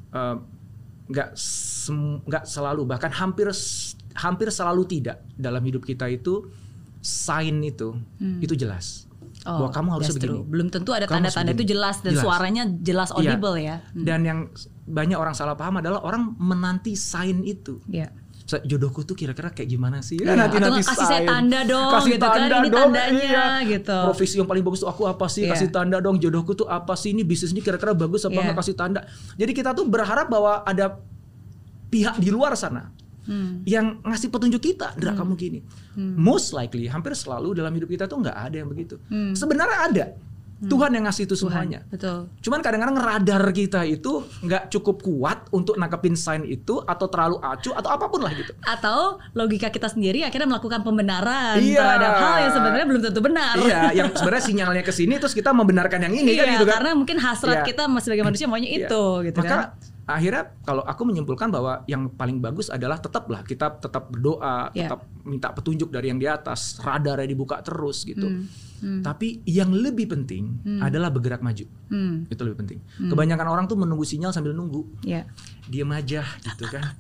nggak selalu, bahkan hampir selalu tidak dalam hidup kita itu sign itu jelas. Bahwa kamu harus begini. Belum tentu ada tanda-tanda itu jelas dan suaranya jelas audible ya. Dan yang banyak orang salah paham adalah orang menanti sign itu. Jodohku tuh kira-kira kayak gimana sih? Atau kasih saya tanda dong, kasih gitu tanda kan, ini dong, tandanya gitu. Profesi yang paling bagus tuh aku apa sih? Kasih tanda dong, jodohku tuh apa sih? Ini bisnisnya kira-kira bagus apa nggak, kasih tanda. Jadi kita tuh berharap bahwa ada pihak di luar sana yang ngasih petunjuk kita, Dra kamu gini. Most likely, hampir selalu dalam hidup kita tuh nggak ada yang begitu. Sebenarnya ada. Tuhan yang ngasih itu semuanya. Betul. Cuman kadang-kadang radar kita itu nggak cukup kuat untuk nangkepin sign itu, atau terlalu acuh atau apapun lah gitu. Atau logika kita sendiri akhirnya melakukan pembenaran terhadap hal yang sebenarnya belum tentu benar. Iya, yang sebenarnya sinyalnya ke sini terus kita membenarkan yang ini kan gitu kan. Karena mungkin hasrat kita sebagai manusia maunya itu gitu kan. Akhirnya kalau aku menyimpulkan bahwa yang paling bagus adalah tetaplah kita tetap berdoa, tetap minta petunjuk dari yang di atas, radarnya dibuka terus gitu. Tapi yang lebih penting adalah bergerak maju. Itu lebih penting. Kebanyakan orang tuh menunggu sinyal sambil nunggu. Diam aja gitu kan.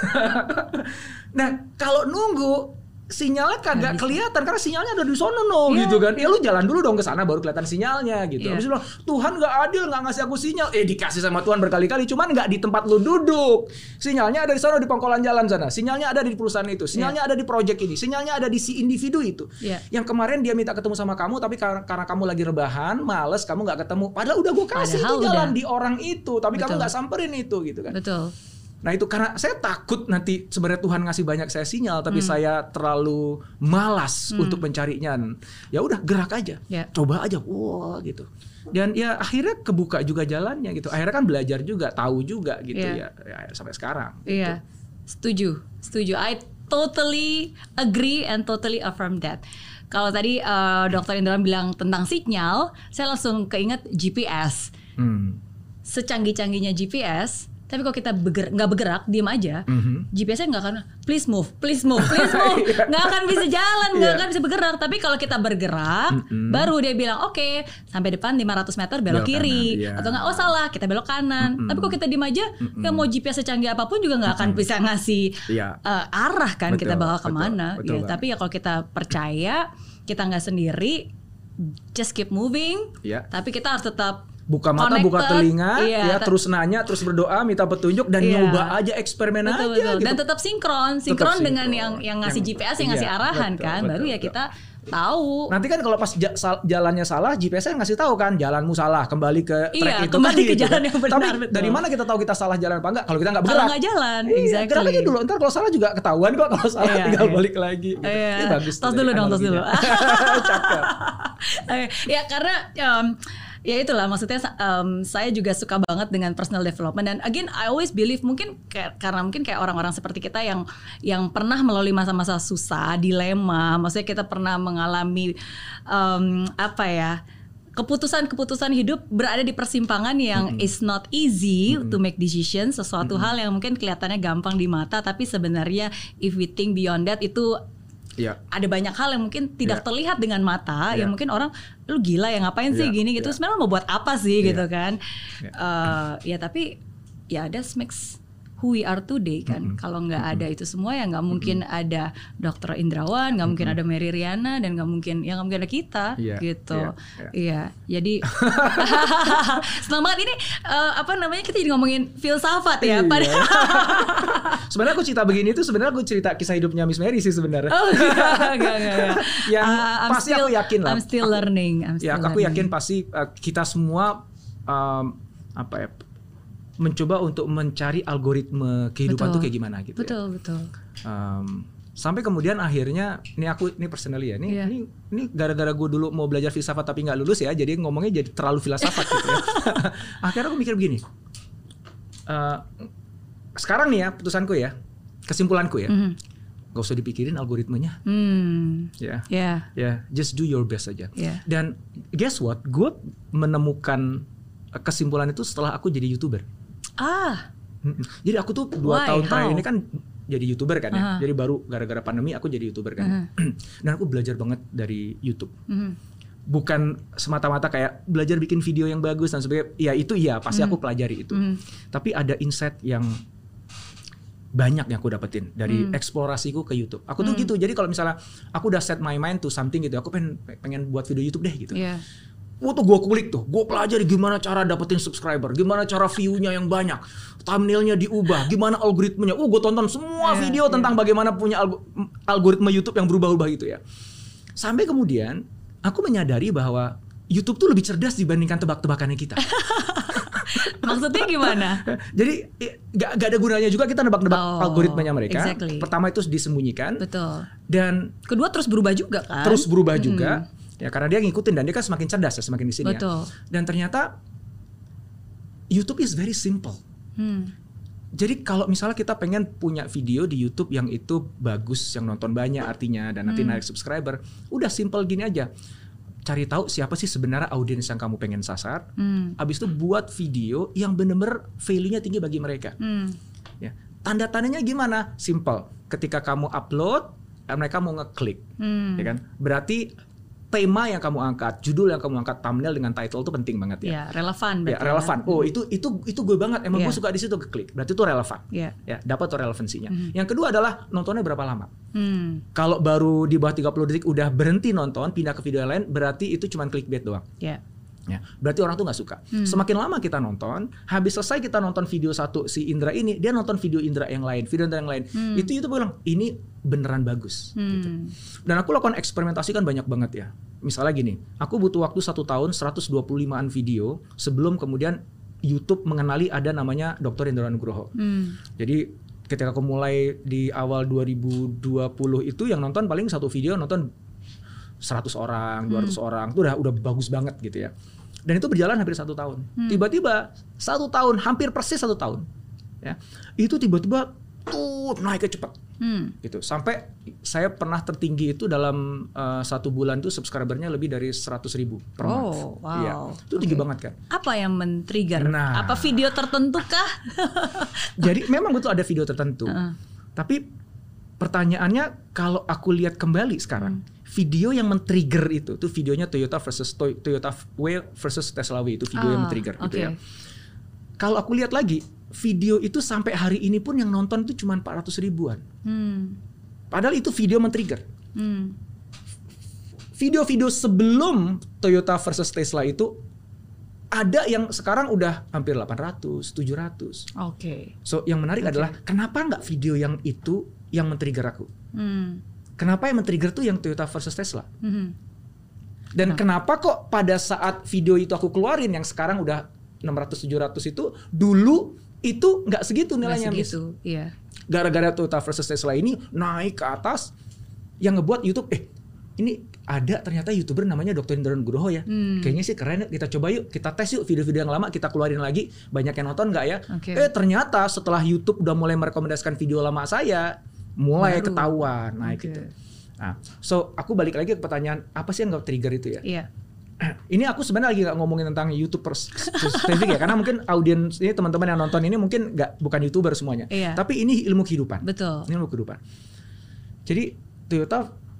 Nah, kalau nunggu sinyalnya kagak kelihatan karena sinyalnya ada di sono gitu kan. Ya lu jalan dulu dong ke sana baru kelihatan sinyalnya gitu. Habis itu Tuhan nggak adil, nggak ngasih aku sinyal. Dikasih sama Tuhan berkali-kali, cuman nggak di tempat lu duduk. Sinyalnya ada di sana di pangkalan jalan sana. Sinyalnya ada di perusahaan itu. Sinyalnya ada di project ini. Sinyalnya ada di si individu itu. Yang kemarin dia minta ketemu sama kamu, tapi karena kamu lagi rebahan, males, kamu nggak ketemu. Padahal udah gue kasih itu jalan di orang itu, tapi kamu nggak samperin itu gitu kan. Betul. Nah itu karena saya takut nanti sebenarnya Tuhan ngasih banyak saya sinyal, tapi saya terlalu malas untuk mencarinya. Ya udah gerak aja, coba aja, wah gitu. Dan ya akhirnya kebuka juga jalannya gitu. Akhirnya kan belajar juga, tahu juga gitu ya sampai sekarang. Iya, gitu. Setuju. I totally agree and totally affirm that. Kalau tadi Dr. Indra bilang tentang sinyal, saya langsung keinget GPS. Secanggih-canggihnya GPS. Tapi kalau kita nggak bergerak, diem aja, GPS-nya nggak akan please move, nggak akan bisa jalan, nggak akan bisa bergerak. Tapi kalau kita bergerak, baru dia bilang oke, sampai depan 500 meter belok kiri, atau nggak salah kita belok kanan. Tapi kalau kita diem aja, ya mau GPS secanggih apapun juga nggak akan bisa ngasih arah kan, kita bakal kemana. Tapi ya kalau kita percaya, kita nggak sendiri, just keep moving. Tapi kita harus tetap buka mata, buka telinga, terus nanya, terus berdoa, minta petunjuk dan nyoba aja, eksperimen aja. Gitu. Dan tetap sinkron dengan yang ngasih GPS, yang ngasih arahan kan, baru ya kita tahu. Nanti kan kalau pas jalannya salah, GPS-nya ngasih tahu kan, jalanmu salah, kembali ke track itu. Kembali ke gitu jalan kan. yang benar. Tapi dari mana kita tahu kita salah jalan apa enggak? Kalau kita nggak bergerak. Kalau nggak jalan, gerak aja dulu. Ntar kalau salah juga ketahuan kok. Kalau salah tinggal balik lagi. Gitu. Ini bagus. Tos dulu dong, tos dulu. Cakep. Ya karena ya itulah maksudnya saya juga suka banget dengan personal development. Dan again I always believe karena mungkin kayak orang-orang seperti kita yang pernah melalui masa-masa susah, dilema, maksudnya kita pernah mengalami keputusan-keputusan hidup berada di persimpangan yang is not easy to make decisions, sesuatu hal yang mungkin kelihatannya gampang di mata, tapi sebenarnya if we think beyond that itu ada banyak hal yang mungkin tidak terlihat dengan mata, yang mungkin orang lu gila ya ngapain sih gini gitu, sebenarnya mau buat apa sih gitu kan. Ya tapi ya that makes who we are today kan. Kalau nggak ada itu semua ya nggak mungkin ada Dr. Indrawan, nggak mungkin ada Mary Riana, dan nggak mungkin ada kita gitu. Iya. Jadi senang banget ini kita jadi ngomongin filsafat ya. Sebenarnya aku cerita begini tuh sebenarnya aku cerita kisah hidupnya Miss Mary sih sebenarnya. Oh enggak. Yang pasti aku yakin lah. I'm still learning. Aku yakin pasti kita semua mencoba untuk mencari algoritma kehidupan tuh kayak gimana gitu. Betul. Sampai kemudian akhirnya ini personally ya. Ini gara-gara gue dulu mau belajar filsafat tapi nggak lulus ya. Jadi ngomongnya jadi terlalu filsafat gitu ya. Akhirnya aku mikir begini. Sekarang nih ya putusanku ya, kesimpulanku ya, gak usah dipikirin algoritmanya, just do your best aja. Dan guess what, gue menemukan kesimpulan itu setelah aku jadi YouTuber. Jadi aku tuh 2 tahun terakhir ini kan jadi YouTuber kan ya, jadi baru gara-gara pandemi aku jadi YouTuber kan, dan aku belajar banget dari YouTube. Bukan semata-mata kayak belajar bikin video yang bagus dan sebagainya, pasti aku pelajari itu. Tapi ada insight yang banyak yang aku dapetin dari eksplorasiku ke YouTube. Aku tuh gitu. Jadi kalau misalnya aku udah set my mind to something gitu, aku pengen buat video YouTube deh gitu. Tuh gue kulik tuh, gue pelajari gimana cara dapetin subscriber, gimana cara view-nya yang banyak, thumbnailnya diubah, gimana algoritmanya. Gue tonton semua video tentang bagaimana punya algoritma YouTube yang berubah-ubah gitu ya. Sampai kemudian aku menyadari bahwa YouTube tuh lebih cerdas dibandingkan tebak-tebakannya kita. Maksudnya gimana? Jadi gak ada gunanya juga kita nebak-nebak algoritmanya mereka. Pertama itu disembunyikan. Betul. Dan kedua terus berubah juga kan? Terus berubah juga. Ya karena dia ngikutin dan dia kan semakin cerdas ya semakin di sini. Betul. Ya. Dan ternyata YouTube is very simple. Jadi kalau misalnya kita pengen punya video di YouTube yang itu bagus, yang nonton banyak artinya dan nanti naik subscriber, udah simple gini aja. Cari tahu siapa sih sebenarnya audiens yang kamu pengen sasar. Abis itu buat video yang bener-bener value-nya tinggi bagi mereka. Ya. Tanda-tandanya gimana? Simple. Ketika kamu upload, mereka mau ngeklik, ya kan? Berarti tema yang kamu angkat, judul yang kamu angkat, thumbnail dengan title itu penting banget ya. Ya, relevan. Ya, relevan. Oh, itu gue banget. Emang gue suka di situ klik. Berarti itu relevan. Ya, dapat tuh relevansinya. Yang kedua adalah nontonnya berapa lama. Kalau baru di bawah 30 detik udah berhenti nonton, pindah ke video lain, berarti itu cuma clickbait doang. Ya, berarti orang tuh nggak suka. Semakin lama kita nonton, habis selesai kita nonton video satu si Indra ini, dia nonton video Indra yang lain, Itu YouTube bilang ini beneran bagus. Gitu. Dan aku lakukan eksperimentasi kan banyak banget ya. Misalnya gini, aku butuh waktu 1 tahun 125an video sebelum kemudian YouTube mengenali ada namanya Dr. Indra Nugroho. Jadi ketika aku mulai di awal 2020 itu yang nonton paling satu video nonton 100 orang, 200 orang, itu udah bagus banget gitu ya. Dan itu berjalan hampir 1 tahun. Tiba-tiba 1 tahun, hampir persis 1 tahun. Ya, itu tiba-tiba naiknya cepat. Gitu. Sampai saya pernah tertinggi itu dalam 1 bulan tuh subscribernya lebih dari 100.000 per month. Wow. Ya, itu tinggi banget kan. Apa yang men-trigger? Apa video tertentu kah? Jadi memang betul ada video tertentu. Tapi pertanyaannya kalau aku lihat kembali sekarang, video yang men-trigger itu videonya Toyota W versus Tesla W, itu video yang men-trigger gitu ya. Kalau aku lihat lagi, video itu sampai hari ini pun yang nonton itu cuma 400 ribuan. Padahal itu video men-trigger. Video-video sebelum Toyota versus Tesla itu ada yang sekarang udah hampir 800, 700. So yang menarik adalah kenapa nggak video yang itu yang men-trigger aku? Kenapa yang men-trigger tuh yang Toyota versus Tesla? Dan kenapa kok pada saat video itu aku keluarin yang sekarang udah 600-700 itu dulu itu nggak segitu nilainya, Miss. Iya. Gara-gara Toyota versus Tesla ini naik ke atas, yang ngebuat YouTube ini ada ternyata YouTuber namanya Dr. Indra Nugroho ya. Kayaknya sih keren, kita coba yuk, kita tes yuk video-video yang lama, kita keluarin lagi, banyak yang nonton nggak ya? Ternyata setelah YouTube udah mulai merekomendasikan video lama saya, mulai ketahuan naik gitu. Nah, so aku balik lagi ke pertanyaan, apa sih yang nggak trigger itu ya? Iya. Ini aku sebenarnya lagi nggak ngomongin tentang YouTube spesifik ya, karena mungkin audiens ini teman-teman yang nonton ini mungkin bukan YouTuber semuanya. Tapi ini ilmu kehidupan. Betul. Ini ilmu kehidupan. Jadi Toyota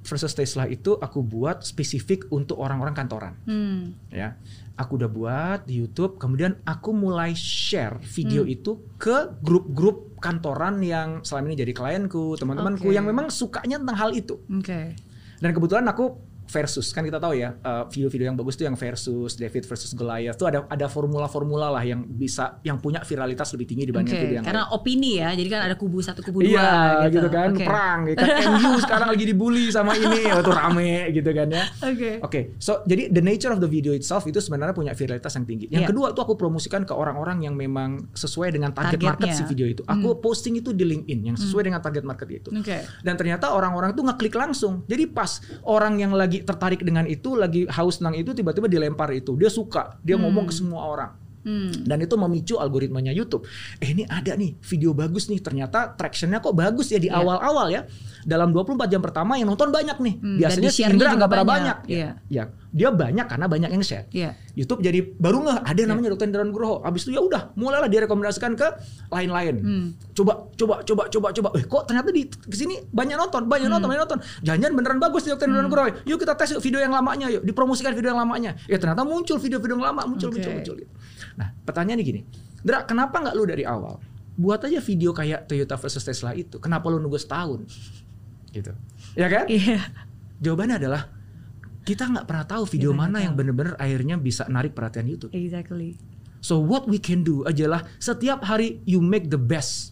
versus Tesla itu aku buat spesifik untuk orang-orang kantoran. Ya, aku udah buat di YouTube. Kemudian aku mulai share video itu ke grup-grup kantoran yang selama ini jadi klienku, teman-temanku yang memang sukanya tentang hal itu. Dan kebetulan aku versus, kan kita tahu ya, video-video yang bagus tuh yang versus, David versus Goliath tuh ada formula-formula lah yang bisa, yang punya viralitas lebih tinggi dibanding video yang karena lain. Opini ya, jadi kan ada kubu 1, kubu 2 gitu kan, perang kan, MU sekarang lagi dibully sama ini, itu rame gitu kan ya. So jadi the nature of the video itself itu sebenarnya punya viralitas yang tinggi. Yang kedua tuh aku promosikan ke orang-orang yang memang sesuai dengan target market si video itu. Aku posting itu di LinkedIn yang sesuai dengan target market itu. Dan ternyata orang-orang tuh ngeklik langsung. Jadi pas orang yang lagi tertarik dengan itu, lagi haus nang itu, tiba-tiba dilempar itu, dia suka, dia ngomong ke semua orang. Dan itu memicu algoritmanya YouTube. Ini ada nih video bagus nih, ternyata tractionnya kok bagus ya di awal-awal ya. Dalam 24 jam pertama yang nonton banyak nih. Biasanya si Indra nggak pernah banyak. Ya, dia banyak karena banyak yang share. YouTube jadi baru nggak ada namanya Dr. Indra Nugroho. Abis itu ya udah, mulailah direkomendasikan ke lain-lain. Coba. Kok ternyata di kesini banyak nonton. Jangan-jangan beneran bagus Dr. Indra Nugroho. Yuk kita tes video yang lamanya, yuk dipromosikan video yang lamanya. Ya ternyata muncul video-video yang lama, muncul gitu. Nah, pertanyaannya gini, Dra, kenapa nggak lu dari awal buat aja video kayak Toyota versus Tesla itu? Kenapa lu nunggu setahun? Gitu, ya kan? Jawabannya adalah kita nggak pernah tahu video mana yang benar-benar akhirnya bisa narik perhatian YouTube. So what we can do adalah setiap hari you make the best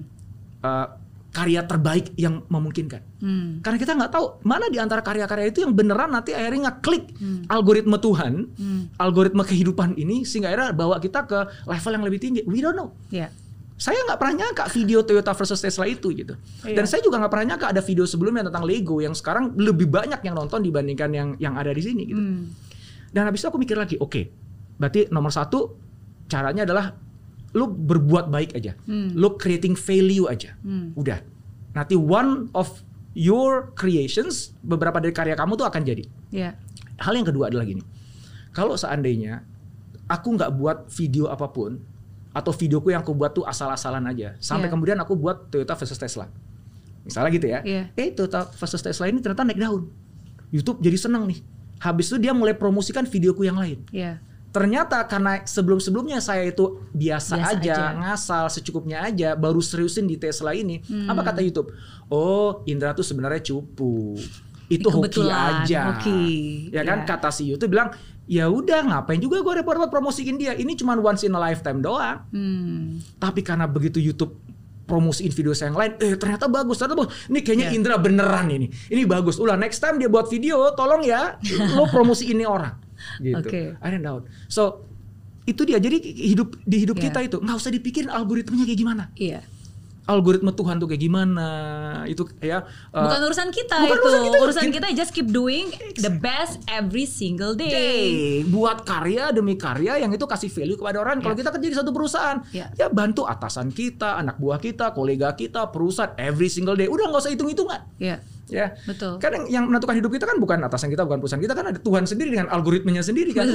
karya terbaik yang memungkinkan. Karena kita nggak tahu mana di antara karya-karya itu yang beneran nanti akhirnya ngeklik algoritma Tuhan, algoritma kehidupan ini sehingga akhirnya bawa kita ke level yang lebih tinggi. We don't know. Saya nggak pernah nyangka video Toyota versus Tesla itu gitu. Dan saya juga nggak pernah nyangka ada video sebelumnya tentang Lego yang sekarang lebih banyak yang nonton dibandingkan yang ada di sini gitu. Dan habis itu aku mikir lagi, oke, berarti nomor 1 caranya adalah lu berbuat baik aja, lu creating value aja, udah. Nanti one of your creations, beberapa dari karya kamu tuh akan jadi. Hal yang kedua adalah gini, kalau seandainya aku nggak buat video apapun, atau videoku yang aku buat tuh asal-asalan aja, sampai kemudian aku buat Toyota versus Tesla, misalnya gitu ya, Toyota versus Tesla ini ternyata naik daun, YouTube jadi seneng nih, habis itu dia mulai promosikan videoku yang lain. Ternyata karena sebelum-sebelumnya saya itu biasa aja, ngasal secukupnya aja, baru seriusin di Tesla ini. Apa kata YouTube? Oh, Indra tuh sebenarnya cupu. Itu hoki aja. Ya kan, kata si YouTube bilang, ya udah ngapain juga gue repot-repot promosiin dia. Ini cuma once in a lifetime doang. Tapi karena begitu YouTube promosiin video saya yang lain, ternyata bagus. Ini kayaknya Indra beneran ini. Ini bagus. Ulah next time dia buat video, tolong ya lo promosiin ini orang. Gitu. I don't know. So itu dia. Jadi di hidup kita itu nggak usah dipikirin algoritmanya kayak gimana. Algoritma Tuhan tuh kayak gimana itu ya. Bukan urusan kita urusan kita just keep doing the best every single day. Buat karya demi karya yang itu kasih value kepada orang. Kalau kita kerja di satu perusahaan, ya bantu atasan kita, anak buah kita, kolega kita, perusahaan every single day. Udah nggak usah hitung-hitungan. Ya, betul. Kan yang menentukan hidup kita kan bukan atasan kita, bukan perusahaan kita, kan ada Tuhan sendiri dengan algoritmanya sendiri kan.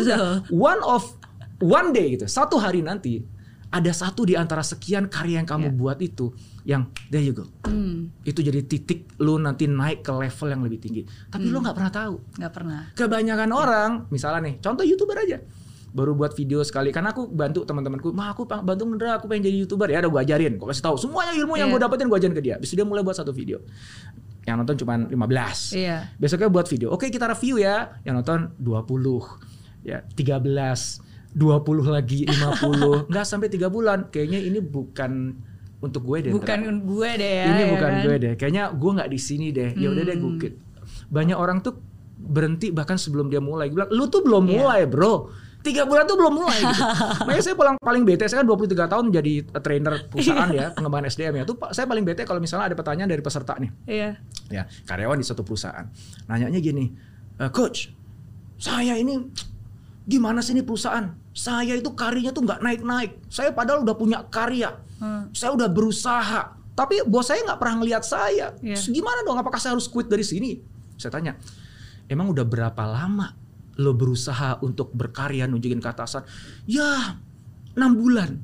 One day gitu, satu hari nanti ada satu di antara sekian karya yang kamu buat itu yang there you go. Itu jadi titik lu nanti naik ke level yang lebih tinggi. Tapi lu nggak pernah tahu. Nggak pernah. Kebanyakan orang, misalnya nih, contoh YouTuber aja. Baru buat video sekali, karena aku bantu teman-temanku, aku bantu Indra, aku pengen jadi YouTuber, ya udah gue ajarin, gue kasih tahu semuanya ilmu yang gue dapetin, gue ajarin ke dia. Habis itu dia mulai buat satu video, yang nonton cuma 15. Besoknya buat video, oke kita review ya, yang nonton 20, ya 13, 20 lagi, 50, nggak sampai 3 bulan, kayaknya ini bukan untuk gue deh. Gue deh ya. Ini bukan gue deh, kayaknya gue nggak di sini deh. Ya udah deh gue quit. Banyak orang tuh berhenti bahkan sebelum dia mulai. Gue bilang, lu tuh belum mulai bro. 3 bulan tuh belum mulai gitu. Makanya saya paling bete, saya kan 23 tahun jadi trainer perusahaan ya, pengembangan SDM ya. Tuh saya paling bete kalau misalnya ada pertanyaan dari peserta nih. Ya, karyawan di suatu perusahaan. Nanyanya gini, coach, saya ini gimana sih ini perusahaan? Saya itu karirnya tuh nggak naik-naik. Saya padahal udah punya karya. Saya udah berusaha. Tapi bos saya nggak pernah ngelihat saya. Gimana dong? Apakah saya harus quit dari sini? Saya tanya, emang udah berapa lama lo berusaha untuk berkarya nunjukin ke atasan? Ya 6 bulan.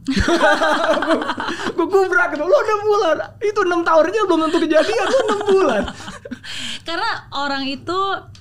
Gue gubrak gitu. Lo 6 bulan. Itu 6 tahun aja belum tentu kejadian. Lo 6 bulan. Karena orang itu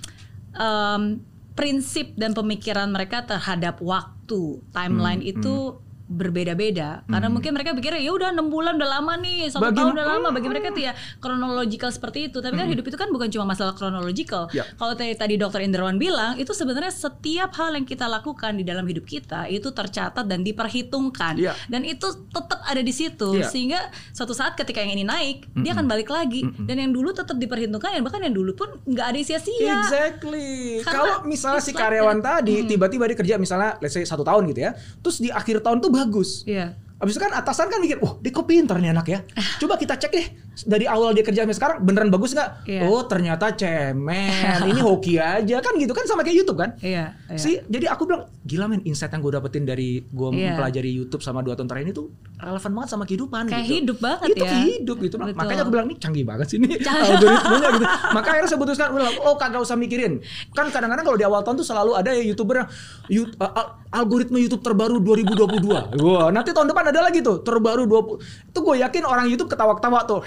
prinsip dan pemikiran mereka terhadap waktu, timeline itu berbeda-beda. Karena mungkin mereka pikir ya udah 6 bulan udah lama nih, 1 tahun udah lama. Bagi mereka tuh ya chronological seperti itu. Tapi kan hidup itu kan bukan cuma masalah chronological. Kalau tadi Dr. Indrawan bilang, itu sebenarnya setiap hal yang kita lakukan di dalam hidup kita itu tercatat dan diperhitungkan. Dan itu tetap ada di situ. Sehingga suatu saat ketika yang ini naik, dia akan balik lagi. Dan yang dulu tetap diperhitungkan, dan bahkan yang dulu pun nggak ada sia-sia. Exactly. Kalau misalnya si karyawan tadi tiba-tiba dia kerja misalnya let's say 1 tahun gitu ya, terus di akhir tahun tuh bagus. Abis itu kan atasan kan mikir, wah dia kok pintar nih anak ya. Coba kita cek deh dari awal dia kerja sampai sekarang beneran bagus nggak? Oh ternyata cemen, ini hoki aja kan gitu kan, sama kayak YouTube kan? Jadi aku bilang gila men, insight yang gue dapetin dari gue mempelajari YouTube sama 2 tahun terakhir ini tuh relevan banget sama kehidupan. Kayak gitu. hidup banget itu ya. Hidup gitu. Makanya aku bilang nih canggih banget sih ini algoritmanya gitu. Maka akhirnya saya putuskan, lo kagak usah mikirin. Kan kadang-kadang kalau di awal tahun tuh selalu ada ya YouTuber yang algoritma YouTube terbaru 2022. Wah, nanti tahun depan ada lagi tuh terbaru 20. Itu gue yakin orang YouTube ketawa-ketawa tuh.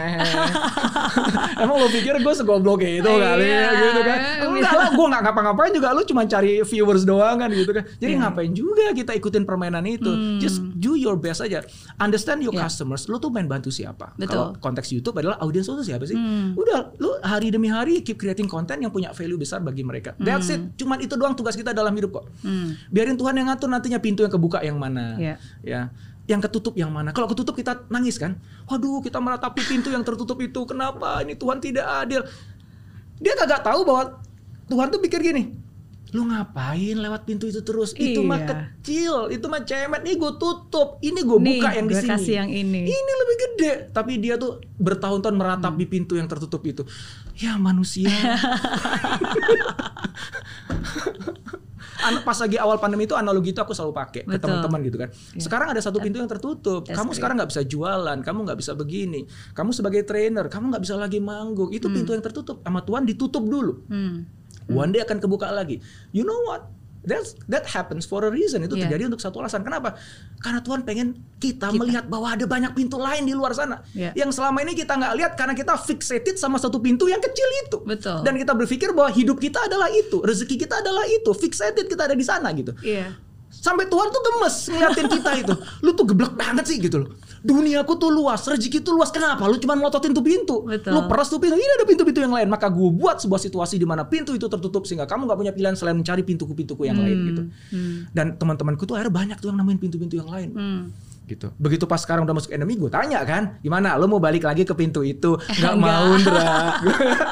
Emang lo pikir gue segoblok gitu kali ya gitu kan? Enggak lah, gue nggak ngapa-ngapain juga, lo cuma cari viewers doang kan gitu kan. Jadi ngapain juga kita ikutin permainan itu? Just do your best aja. Understand your customers. Lo tuh main bantu siapa? Kalau konteks YouTube adalah audiens lo tuh siapa sih? Udah, lo hari demi hari keep creating konten yang punya value besar bagi mereka. That's it. Cuman itu doang tugas kita dalam hidup kok. Biarin Tuhan yang ngatur nantinya pintu yang kebuka yang mana. Ya. Yang ketutup yang mana. Kalau ketutup kita nangis kan. Waduh, kita meratapi pintu yang tertutup itu. Kenapa ini Tuhan tidak adil? Dia kagak tahu bahwa Tuhan tuh pikir gini, lu ngapain lewat pintu itu terus? Itu mah kecil, itu mah cemet. Ini gue tutup, ini gue buka yang di sini. Kasih yang ini lebih gede. Tapi dia tuh bertahun-tahun meratapi pintu yang tertutup itu. Ya manusia. Pas lagi awal pandemi itu analogi itu aku selalu pakai ke teman-teman gitu kan. Sekarang ada satu pintu yang tertutup. Kamu sekarang nggak bisa jualan, kamu nggak bisa begini. Kamu sebagai trainer, kamu nggak bisa lagi manggung. Itu pintu yang tertutup sama Tuhan ditutup dulu. One day akan kebuka lagi. You know what? That happens for a reason. Itu terjadi untuk satu alasan. Kenapa? Karena Tuhan pengen kita melihat bahwa ada banyak pintu lain di luar sana yang selama ini kita nggak lihat karena kita fixated sama satu pintu yang kecil itu. Dan kita berpikir bahwa hidup kita adalah itu, rezeki kita adalah itu, fixated kita ada di sana gitu. Sampai Tuhan tuh gemes ngeliatin kita itu. Lu tuh geblek banget sih gitu loh. Duniaku tuh luas, rezeki tuh luas. Kenapa? Lu cuma melototin tuh pintu. Lu peras tuh pintu. Ini ada pintu-pintu yang lain. Maka gue buat sebuah situasi di mana pintu itu tertutup sehingga kamu nggak punya pilihan selain mencari pintu-pintuku yang lain gitu. Dan teman-temanku tuh akhirnya banyak tuh yang nemuin pintu-pintu yang lain. Gitu. Begitu pas sekarang udah masuk endemi, gue tanya kan, gimana? Lo mau balik lagi ke pintu itu? Nggak mau, Ndra.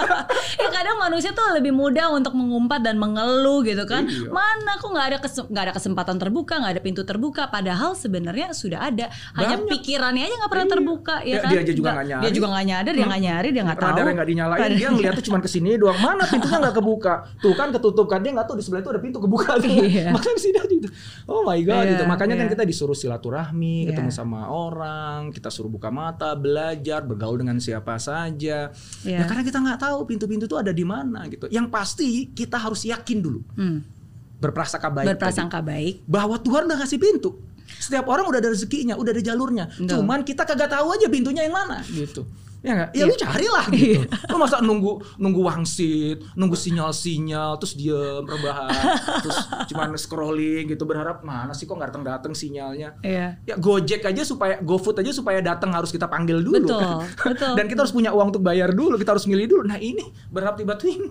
Ya kadang manusia tuh lebih mudah untuk mengumpat dan mengeluh gitu kan. Mana aku nggak ada kesempatan terbuka, nggak ada pintu terbuka. Padahal sebenarnya sudah ada. Hanya pikirannya aja nggak pernah terbuka, ya kan? Dia juga nggak nyari. Dia juga nggak nyadar, dia nggak nyari, dia nggak tahu. Radarnya nggak dinyalain, dia ngeliatnya cuma kesini doang. Mana pintunya nggak kebuka? Tuh kan ketutup kan, dia nggak tahu di sebelah itu ada pintu kebuka. Makanya kesini aja gitu. Oh my god gitu. Makanya kan kita disuruh silaturahmi, ketemu sama orang, kita suruh buka mata, belajar, bergaul dengan siapa saja. Ya karena kita nggak tahu pintu-pintu itu ada di mana gitu. Yang pasti kita harus yakin dulu. Berprasangka baik. Bahwa Tuhan udah ngasih pintu. Setiap orang udah ada rezekinya, udah ada jalurnya. Cuman kita kagak tahu aja pintunya yang mana gitu. Ya nggak? Ya lu carilah gitu. Lu masa nunggu wangsit, nunggu sinyal-sinyal, terus diem rebahan, terus cuman scrolling gitu berharap mana sih kok nggak datang sinyalnya. Ya Gojek aja GoFood aja supaya datang harus kita panggil dulu. Betul. Dan kita harus punya uang untuk bayar dulu, kita harus milih dulu. Nah ini berharap tiba-tiba.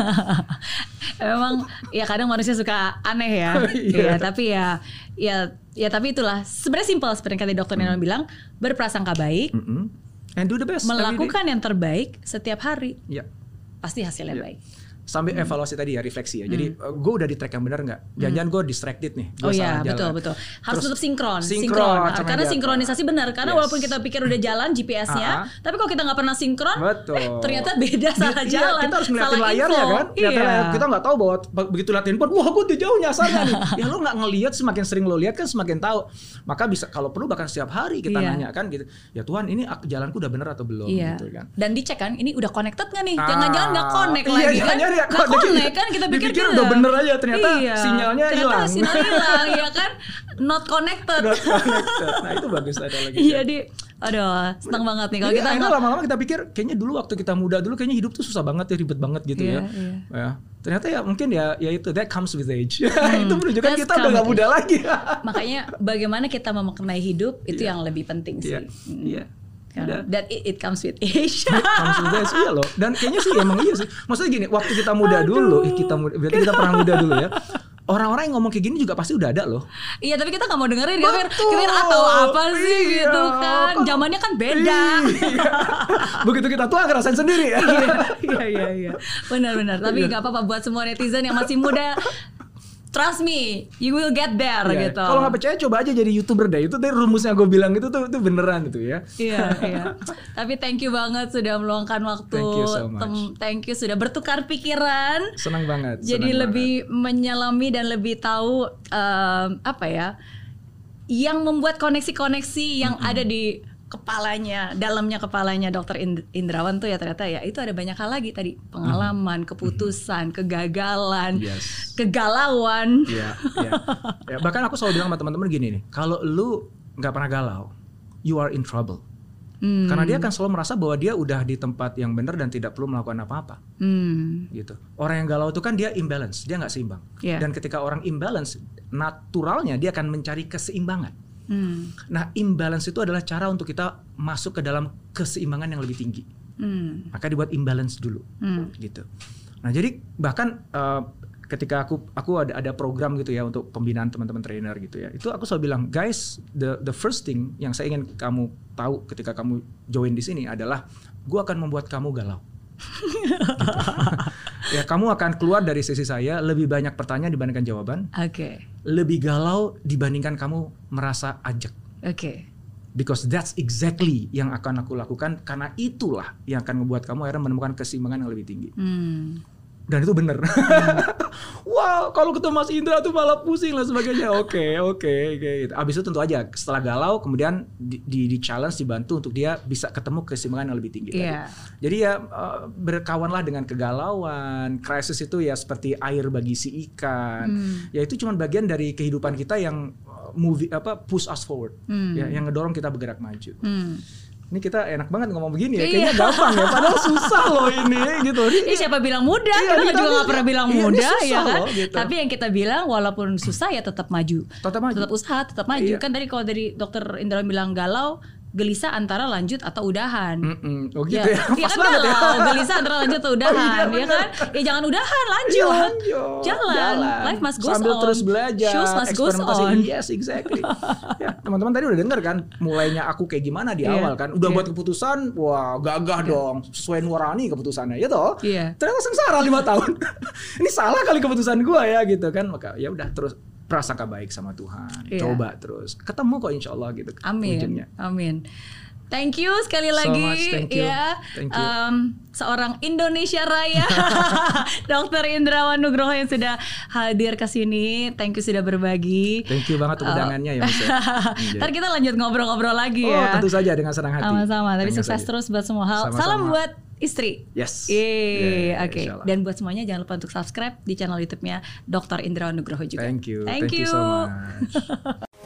Emang ya kadang manusia suka aneh ya. Tapi tapi itulah sebenarnya simpel seperti yang tadi Dr. Nino bilang, berprasangka baik. And do the best. Melakukan yang terbaik setiap hari. Pasti hasilnya baik. Sambil evaluasi tadi ya, refleksi ya. Jadi gue udah di track yang benar nggak? Jangan-jangan gue distracted nih. Gua salah jalan. Betul. Harus tetap sinkron. Karena jalan. sinkronisasi benar. Karena walaupun kita pikir udah jalan GPS-nya, tapi kalau kita nggak pernah sinkron, ternyata beda salah jalan. Kita harus ngeliatin layarnya kan. Kita nggak tahu bahwa begitu lihat handphone, wah gue tuh jauh nyasarnya nih. Ya lo nggak ngelihat, semakin sering lo lihat kan semakin tahu. Maka bisa kalau perlu bahkan setiap hari kita nanya kan gitu. Ya Tuhan ini jalanku udah benar atau belum gitu kan. Dan dicek kan, ini udah connected nggak nih? Jangan-jangan nggak connect lagi kan? Nggak connect kan, kita pikir udah bener aja, ternyata sinyalnya hilang. Sinyal hilang ya kan, not connected. Nah itu bagus ada lagi. Jadi Aduh, senang banget nih kalau Jadi kita akhirnya lama-lama kita pikir kayaknya dulu waktu kita muda dulu kayaknya hidup tuh susah banget ya, ribet banget gitu ya. Ternyata ya mungkin ya itu that comes with age. Itu menunjukkan kita udah gak muda lagi. Makanya bagaimana kita memaknai hidup itu yang lebih penting sih. That it comes with age. Comes with age, iya loh. Dan kayaknya sih emang iya sih. Maksudnya gini, waktu kita muda dulu, berarti kita pernah muda dulu ya. Orang-orang yang ngomong kayak gini juga pasti udah ada loh. Iya, tapi kita gak mau dengerin. Kita atau apa sih gitu kan. Zamannya kan beda. Begitu kita tua ngerasain sendiri ya. Iya. Benar-benar. Tapi gak apa-apa buat semua netizen yang masih muda. Trust me, you will get there gitu. Kalau nggak percaya coba aja jadi YouTuber deh. Itu tadi rumusnya gue bilang itu beneran itu ya. Iya. Tapi thank you banget sudah meluangkan waktu. Thank you so much. Thank you sudah bertukar pikiran. Senang banget. Jadi lebih menyelami dan lebih tahu apa ya, yang membuat koneksi-koneksi yang ada di dalamnya kepalanya Dr. Indrawan tuh ya ternyata ya itu ada banyak hal lagi tadi, pengalaman, keputusan, kegagalan, kegalauan. Iya. Ya, bahkan aku selalu bilang sama teman-teman gini nih, kalau lu nggak pernah galau, you are in trouble. Karena dia akan selalu merasa bahwa dia udah di tempat yang benar dan tidak perlu melakukan apa-apa. Gitu. Orang yang galau itu kan dia imbalance, dia nggak seimbang. Dan ketika orang imbalance, naturalnya dia akan mencari keseimbangan. Nah, imbalance itu adalah cara untuk kita masuk ke dalam keseimbangan yang lebih tinggi. Maka dibuat imbalance dulu, gitu. Nah, jadi bahkan ketika aku ada program gitu ya untuk pembinaan teman-teman trainer gitu ya, itu aku selalu bilang, guys, the first thing yang saya ingin kamu tahu ketika kamu join di sini adalah, gue akan membuat kamu galau. Gitu. Ya, kamu akan keluar dari sesi saya lebih banyak pertanyaan dibandingkan jawaban. Lebih galau dibandingkan kamu merasa ajak. Because that's exactly yang akan aku lakukan, karena itulah yang akan membuat kamu akhirnya menemukan keseimbangan yang lebih tinggi. Dan itu bener. Wow, kalau ketemu Mas Indra tuh malah pusing lah sebagainya. Oke. Gitu. Abis itu tentu aja setelah galau kemudian di challenge, dibantu untuk dia bisa ketemu keseimbangan yang lebih tinggi. Jadi ya berkawanlah dengan kegalauan. Krisis itu ya seperti air bagi si ikan. Ya itu cuma bagian dari kehidupan kita yang push us forward. Ya, yang ngedorong kita bergerak maju. Ini kita enak banget ngomong begini ya, kayaknya gampang ya, padahal susah loh ini gitu. Ini siapa bilang mudah? Kita juga gak pernah bilang mudah ya kan. Loh, gitu. Tapi yang kita bilang walaupun susah ya tetap maju. Tetap usaha, tetap maju. Kan tadi kalau dari Dr. Indra bilang galau, gelisah antara lanjut atau udahan. Oh gitu ya. Pas banget ya. Gelisah antara lanjut atau udahan, ya kan? Ya jangan udahan, lanjut. Jalan. Life must go on. Sambil terus belajar. Shows must go on. Yes, exactly. Ya, teman-teman tadi udah denger kan mulainya aku kayak gimana di awal kan. Udah buat keputusan, wah gagah dong. Sesuai nurani keputusannya, ya toh. Ternyata sengsara 5 tahun. Ini salah kali keputusan gua ya gitu kan. Maka ya udah terus prasangka baik sama Tuhan, coba terus ketemu kok insya Allah gitu. Amin. Thank you sekali lagi ya. Seorang Indonesia Raya, Dr. Indrawan Nugroho yang sudah hadir ke sini. Thank you sudah berbagi. Thank you banget undangannya ya Mas. Ntar kita lanjut ngobrol-ngobrol lagi ya. Tentu saja dengan senang hati. Sama-sama. Tapi sukses terus buat semua hal. Salam buat istri. Yes. Oke. Dan buat semuanya jangan lupa untuk subscribe di channel YouTube-nya Dr. Indrawan Nugroho juga. Thank you so much.